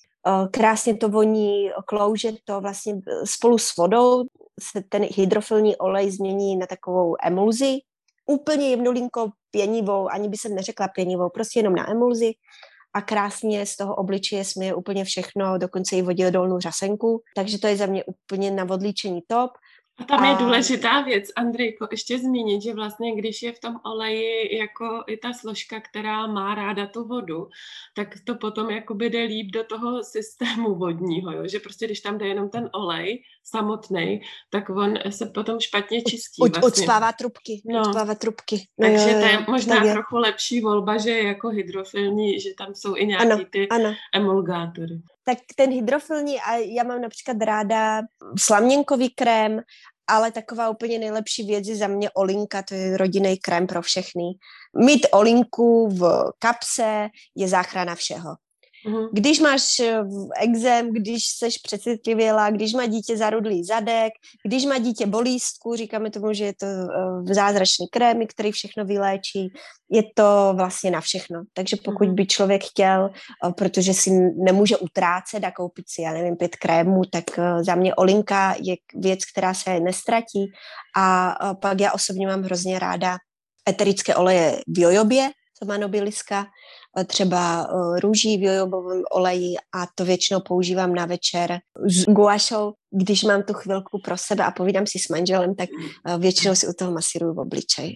krásně to voní, klouže to vlastně spolu s vodou, se ten hydrofilní olej změní na takovou emulzi, úplně jemnulinko pěnivou, ani by jsem neřekla pěnivou, prostě jenom na emulzi a krásně z toho obličeje směje úplně všechno, dokonce i vodidolnou řasenku, takže to je za mě úplně na odlíčení top. A tam je důležitá věc, Andrejko, ještě zmínit, že vlastně, když je v tom oleji jako i ta složka, která má ráda tu vodu, tak to potom jakoby jde líp do toho systému vodního, jo? Že prostě když tam jde jenom ten olej samotný, tak on se potom špatně čistí. Uč, vlastně. Ucpává trubky, no. ucpává trubky. No takže jo, jo, to je možná je. trochu lepší volba, že je jako hydrofilní, že tam jsou i nějaký ano, ty ano. emulgátory. Tak ten hydrofilní, a já mám například ráda slaměnkový krém ale taková úplně nejlepší věc je za mě Olinka, to je rodinný krém pro všechny. Mít Olinku v kapse je záchrana všeho. Mm-hmm. Když máš exém, když seš přecitlivěla, když má dítě zarudlý zadek, když má dítě bolístku, říkáme tomu, že je to zázračný krém, který všechno vyléčí, je to vlastně na všechno. Takže pokud by člověk chtěl, protože si nemůže utrácet a koupit si, já nevím, pět krémů, tak za mě Olinka je věc, která se nestratí. A pak já osobně mám hrozně ráda eterické oleje v jojobě, co má Nobiliska, třeba růží v jojobovém oleji a to většinou používám na večer s guašou, když mám tu chvilku pro sebe a povídám si s manželem, tak většinou si u toho masíruju v obličej.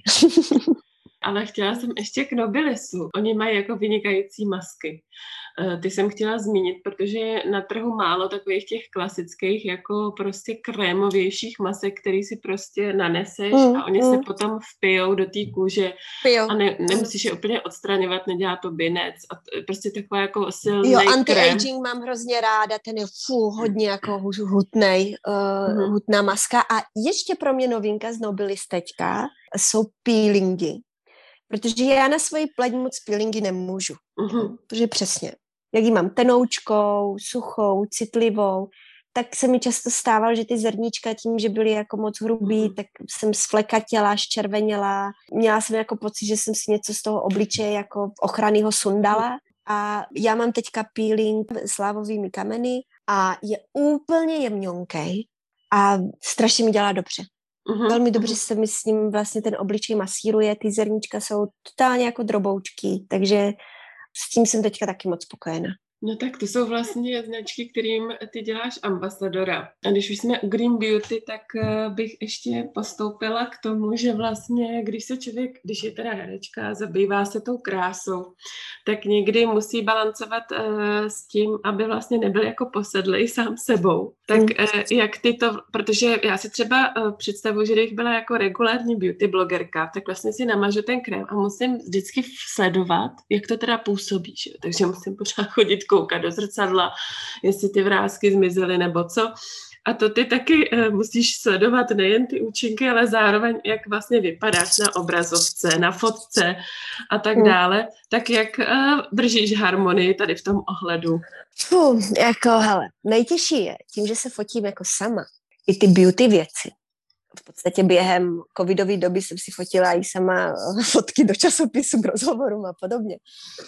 Ale chtěla jsem ještě k Nobilisu. Oni mají jako vynikající masky. Ty jsem chtěla zmínit, protože je na trhu málo takových těch klasických jako prostě krémovějších masek, který si prostě naneseš mm, a oni mm. se potom vpijou do té kůže Pijou. a ne, nemusíš je úplně odstraňovat, nedělá to binec a t, prostě taková jako silný jo, krém. anti-aging mám hrozně ráda, ten je fů, hodně jako hutnej, uh, mm. hutná maska a ještě pro mě novinka z Nobilis teďka jsou peelingy. Protože já na svoji pleť moc peelingy nemůžu. Uh-huh. Protože přesně, jak ji mám tenoučkou, suchou, citlivou, tak se mi často stávalo, že ty zrníčka tím, že byly jako moc hrubý, uh-huh. tak jsem sflekatěla, zčerveněla. Měla jsem jako pocit, že jsem si něco z toho obličeje jako ochrannýho sundala. Uh-huh. A já mám teďka peeling s lávovými kameny a je úplně jemňonkej a strašně mi dělá dobře. Uhum, Velmi dobře uhum. se mi s ním vlastně ten obličej masíruje, ty zrníčka jsou totálně jako droboučky, takže s tím jsem teďka taky moc spokojená. No tak to jsou vlastně značky, kterým ty děláš ambasadora. A když už jsme u Green Beauty, tak bych ještě postoupila k tomu, že vlastně, když se člověk, když je teda herečka, zabývá se tou krásou, tak někdy musí balancovat uh, s tím, aby vlastně nebyl jako posedlej sám sebou. Tak uh, jak ty to, protože já si třeba uh, představuji, že kdybych byla jako regulární beauty blogerka, tak vlastně si namažu ten krém a musím vždycky sledovat, jak to teda působí. Že? Takže musím pořád chodit koukat do zrcadla, jestli ty vrásky zmizely nebo co. A to ty taky uh, musíš sledovat nejen ty účinky, ale zároveň, jak vlastně vypadáš na obrazovce, na fotce a tak dále. Tak jak uh, držíš harmonii tady v tom ohledu? Fuh, jako hele, nejtěžší je tím, že se fotím jako sama. I ty beauty věci. V podstatě během covidové doby jsem si fotila i sama fotky do časopisu k rozhovorům a podobně.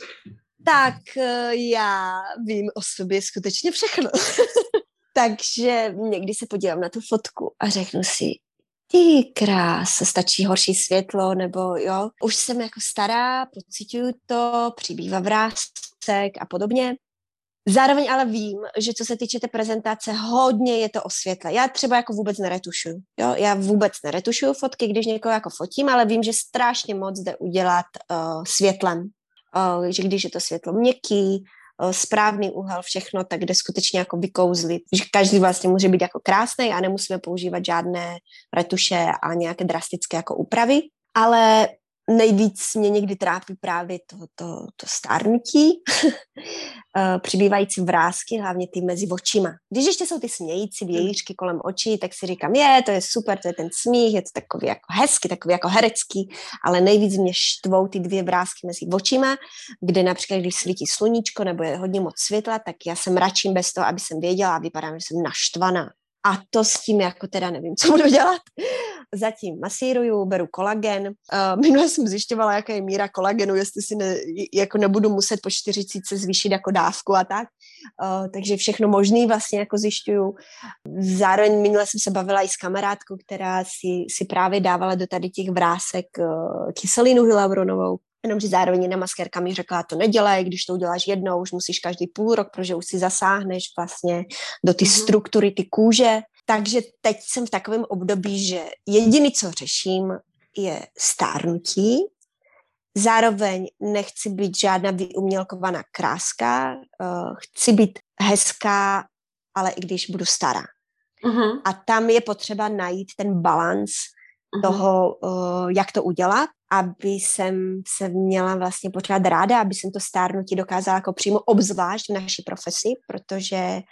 Tak já vím o sobě skutečně všechno. Takže někdy se podívám na tu fotku a řeknu si, ty krás, stačí horší světlo, nebo jo, už jsem jako stará, pociťuju to, přibývá vrásek a podobně. Zároveň ale vím, že co se týče té prezentace, hodně je to o světle. Já třeba jako vůbec neretušuju, jo, já vůbec neretušuju fotky, když někoho jako fotím, ale vím, že strašně moc jde udělat uh, světlem. Uh, že když je to světlo měkký, uh, správný úhel, všechno, tak jde skutečně jako vykouzlit. Že každý vlastně může být jako krásný a nemusíme používat žádné retuše a nějaké drastické jako úpravy, ale nejvíc mě někdy trápí právě to, to, to stárnutí, přibývající vrásky, hlavně ty mezi očima. Když ještě jsou ty smějící vějířky kolem očí, tak si říkám, je, to je super, to je ten smích, je to takový jako hezky, takový jako herecký, ale nejvíc mě štvou ty dvě vrásky mezi očima, kde například, když svítí sluníčko nebo je hodně moc světla, tak já se mračím bez toho, aby jsem věděla a vypadám, že jsem naštvaná. A to s tím jako teda nevím, co budu dělat. Zatím masíruju, beru kolagen. Uh, minule jsem zjišťovala, jaká je míra kolagenu, jestli si ne, jako nebudu muset po čtyřicítce zvýšit jako dávku a tak. Uh, takže všechno možný vlastně jako zjišťuju. Zároveň minule jsem se bavila i s kamarádkou, která si, si právě dávala do tady těch vrásek uh, kyselinu hyaluronovou. Jenomže zároveň jedna maskérka mi řekla, to nedělej, když to uděláš jednou, už musíš každý půl rok, protože už si zasáhneš vlastně do ty mm-hmm. struktury, ty kůže. Takže teď jsem v takovém období, že jediné, co řeším, je stárnutí. Zároveň nechci být žádná vyumělkovaná kráska, uh, chci být hezká, ale i když budu stará. Mm-hmm. A tam je potřeba najít ten balans mm-hmm. toho, uh, jak to udělat, aby jsem se měla vlastně pořád ráda, aby jsem to stárnutí dokázala jako přímo obzvlášť v naší profesi, protože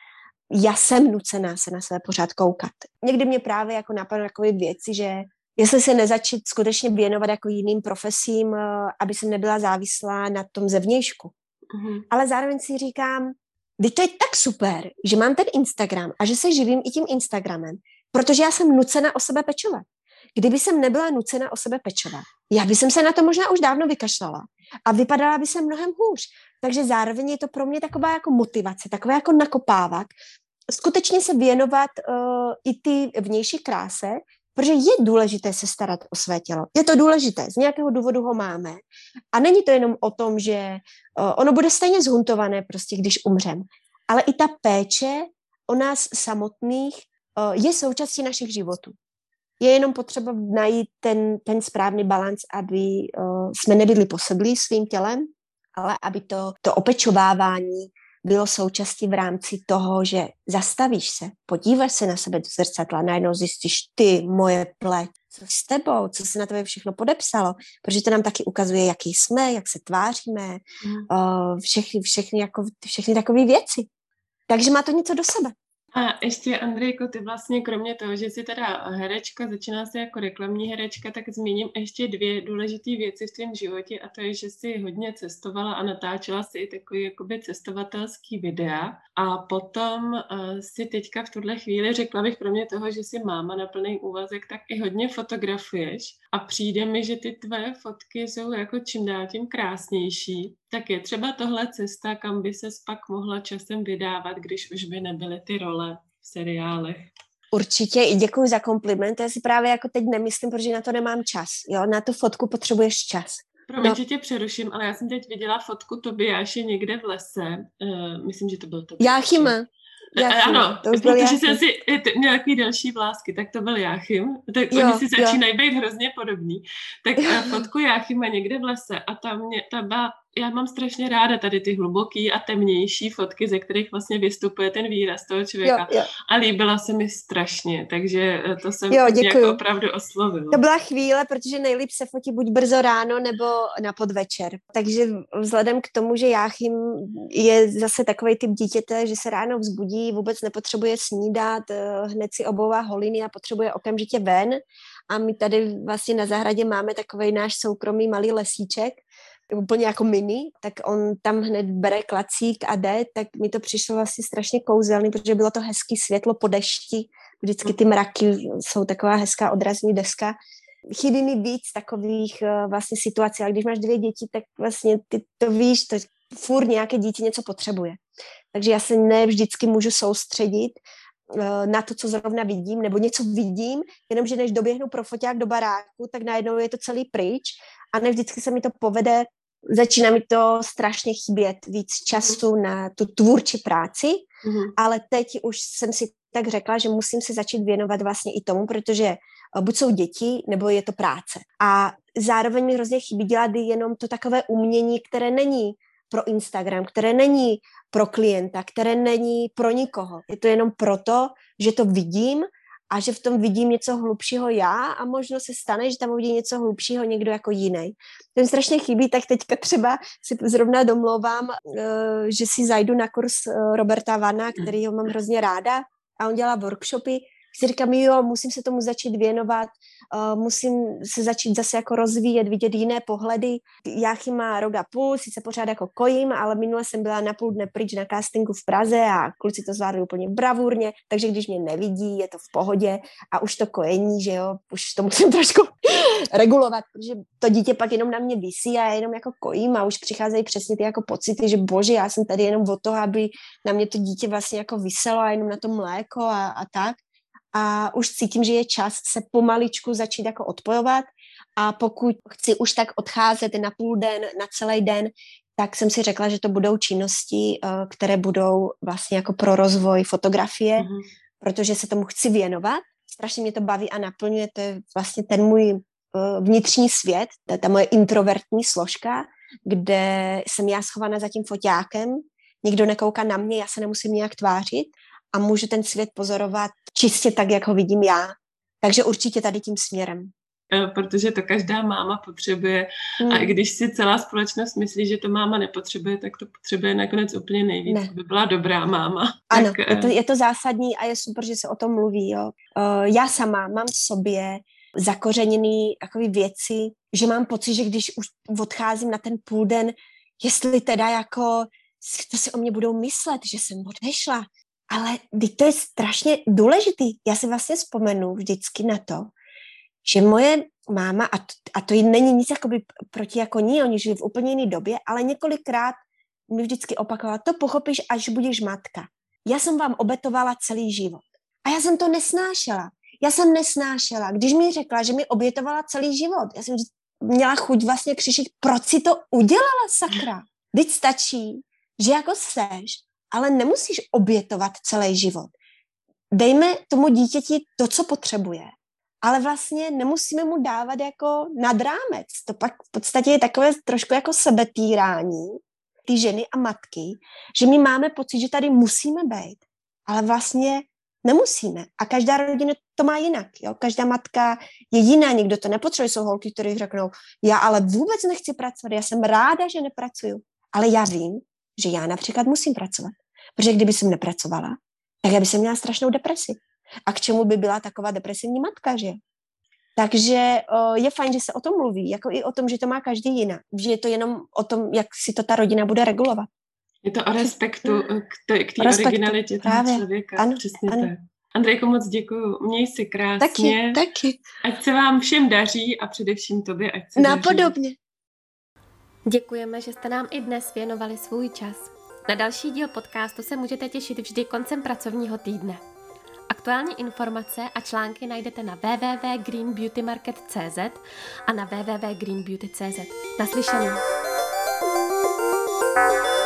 já jsem nucená se na sebe pořád koukat. Někdy mě právě jako napadlo takové věci, že jestli se nezačít skutečně věnovat jako jiným profesím, aby jsem nebyla závislá na tom zevnějšku. Mm-hmm. Ale zároveň si říkám, když to je tak super, že mám ten Instagram a že se živím i tím Instagramem, protože já jsem nucena o sebe pečovat. Kdyby jsem nebyla nucena o sebe pečovat, já bych se na to možná už dávno vykašlala a vypadala by se mnohem hůř. Takže zároveň je to pro mě taková jako motivace, takové jako nakopávat, skutečně se věnovat uh, i ty vnější kráse, protože je důležité se starat o své tělo. Je to důležité, z nějakého důvodu ho máme. A není to jenom o tom, že uh, ono bude stejně zhuntované prostě, když umřem. Ale i ta péče o nás samotných uh, je součástí našich životů. Je jenom potřeba najít ten, ten správný balans, aby uh, jsme nebyli posedlí svým tělem, ale aby to, to opečovávání bylo součástí v rámci toho, že zastavíš se, podíváš se na sebe do zrcadla, najednou zjistíš, ty, moje pleť, co s tebou, co se na tebe všechno podepsalo, protože to nám taky ukazuje, jaký jsme, jak se tváříme, mm. uh, všechny, všechny, jako, všechny takové věci. Takže má to něco do sebe. A ještě, Andrejko, ty vlastně kromě toho, že jsi teda herečka, začíná se jako reklamní herečka, tak zmíním ještě dvě důležité věci v tvém životě a to je, že jsi hodně cestovala a natáčela si i takový jakoby cestovatelský videa a potom uh, si teďka v tuhle chvíli, řekla bych kromě toho, že jsi máma na plný úvazek, tak i hodně fotografuješ a přijde mi, že ty tvoje fotky jsou jako čím dál tím krásnější. Tak je třeba tohle cesta, kam by ses pak mohla časem vydávat, když už by nebyly ty role v seriálech? Určitě i děkuji za kompliment, já si právě jako teď nemyslím, protože na to nemám čas, jo, na tu fotku potřebuješ čas. Promiň, no. že tě přeruším, ale já jsem teď viděla fotku Tobiáše někde v lese, uh, myslím, že to byl Tobiáš. Jáchyma. Jáchym, ano, to protože jsem si měla takový další vlásky, tak to byl Jáchym, tak jo, oni si začínají jo. být hrozně podobní. Tak fotku Jáchyma někde v lese a tam mě, ta byla, já mám strašně ráda tady ty hluboký a temnější fotky, ze kterých vlastně vystupuje ten výraz toho člověka. Jo, jo. A líbila se mi strašně, takže to jsem jako opravdu oslovila. To byla chvíle, protože nejlíp se fotí buď brzo ráno nebo na podvečer. Takže vzhledem k tomu, že Jáchym je zase takovej typ dítěte, že se ráno vzbudí, vůbec nepotřebuje snídat, hned si obouvá holiny a potřebuje okamžitě ven. A my tady vlastně na zahradě máme takovej náš soukromý malý lesíček, úplně jako mini, tak on tam hned bere klacík a jde, tak mi to přišlo vlastně strašně kouzelný, protože bylo to hezký světlo po dešti, vždycky ty mraky jsou taková hezká odrazní deska. Chybí mi víc takových vlastně situací, ale když máš dvě děti, tak vlastně ty to víš, to furt nějaké dítě něco potřebuje. Takže já se ne vždycky můžu soustředit na to, co zrovna vidím, nebo něco vidím, jenomže než doběhnu pro foťák do baráku, tak najednou je to celý pryč a ne vždycky se mi to povede, začíná mi to strašně chybět víc času na tu tvůrčí práci, mm-hmm. ale teď už jsem si tak řekla, že musím se začít věnovat vlastně i tomu, protože buď jsou děti, nebo je to práce. A zároveň mi hrozně chybí dělat jenom to takové umění, které není pro Instagram, které není pro klienta, které není pro nikoho. Je to jenom proto, že to vidím a že v tom vidím něco hlubšího já a možno se stane, že tam uvidí něco hlubšího někdo jako jiný. To mi strašně chybí, tak teďka třeba si zrovna domlouvám, že si zajdu na kurz Roberta Vana, kterýho mám hrozně ráda a on dělá workshopy. Si říkám, jo, musím se tomu začít věnovat, uh, musím se začít zase jako rozvíjet, vidět jiné pohledy. Jáchym má rok a půl, sice pořád jako kojím, ale minule jsem byla na půl dne pryč na castingu v Praze a kluci to zvládli úplně bravurně, takže když mě nevidí, je to v pohodě a už to kojení, že jo, už to musím trošku regulovat, protože to dítě pak jenom na mě visí a já jenom jako kojím a už přicházejí přesně ty jako pocity, že bože, já jsem tady jenom od toho, aby na mě to dítě vlastně jako viselo a jenom na to mléko a, a tak. A už cítím, že je čas se pomaličku začít jako odpojovat a pokud chci už tak odcházet na půl den, na celý den, tak jsem si řekla, že to budou činnosti, které budou vlastně jako pro rozvoj fotografie, mm-hmm. protože se tomu chci věnovat. Strašně mě to baví a naplňuje, to je vlastně ten můj vnitřní svět, ta, ta moje introvertní složka, kde jsem já schovaná za tím foťákem, nikdo nekouká na mě, já se nemusím nějak tvářit a můžu ten svět pozorovat čistě tak, jak ho vidím já. Takže určitě tady tím směrem. protože to každá máma potřebuje. Hmm. A i když si celá společnost myslí, že to máma nepotřebuje, tak to potřebuje nakonec úplně nejvíc, ne. aby byla dobrá máma. Ano, tak, je, to, je to zásadní a je super, že se o tom mluví. Jo. Já sama mám v sobě zakořeněný takové věci, že mám pocit, že když už odcházím na ten půl den, jestli teda jako to si o mě budou myslet, že jsem odešla. Ale to je strašně důležitý. Já si vlastně vzpomenu vždycky na to, že moje máma, a to, a to není nic jakoby proti jako ní, oni žili v úplně jiné době, ale několikrát mi vždycky opakovala, to pochopíš, až budeš matka. Já jsem vám obětovala celý život. A já jsem to nesnášela. Já jsem nesnášela. Když mi řekla, že mi obětovala celý život, já jsem měla chuť vlastně křičet, proč si to udělala, sakra? Vždyť stačí, že jako seš, ale nemusíš obětovat celý život. Dejme tomu dítěti to, co potřebuje, ale vlastně nemusíme mu dávat jako nad rámec. To pak v podstatě je takové trošku jako sebetýrání ty ženy a matky, že my máme pocit, že tady musíme být, ale vlastně nemusíme. A každá rodina to má jinak. Jo? Každá matka je jiná, někdo to nepotřebuje. Jsou holky, které řeknou, já ale vůbec nechci pracovat, já jsem ráda, že nepracuju. Ale já vím, že já například musím pracovat. Protože kdyby jsem nepracovala, tak já by jsem měla strašnou depresi. A k čemu by byla taková depresivní matka, že? Takže o, je fajn, že se o tom mluví, jako i o tom, že to má každý jinak. Že je to jenom o tom, jak si to ta rodina bude regulovat. Je to o respektu k té originalitě toho člověka. Ano, přesně ano. Tak. Andrejko, moc děkuju. Měj si krásně. Taky, taky. Ať se vám všem daří a především tobě, ať se Napodobně. daří. Děkujeme, že jste nám i dnes věnovali svůj čas. Na další díl podcastu se můžete těšit vždy koncem pracovního týdne. Aktuální informace a články najdete na w w w tečka green beauty market tečka c z a na w w w tečka green beauty tečka c z. Naslyšenou.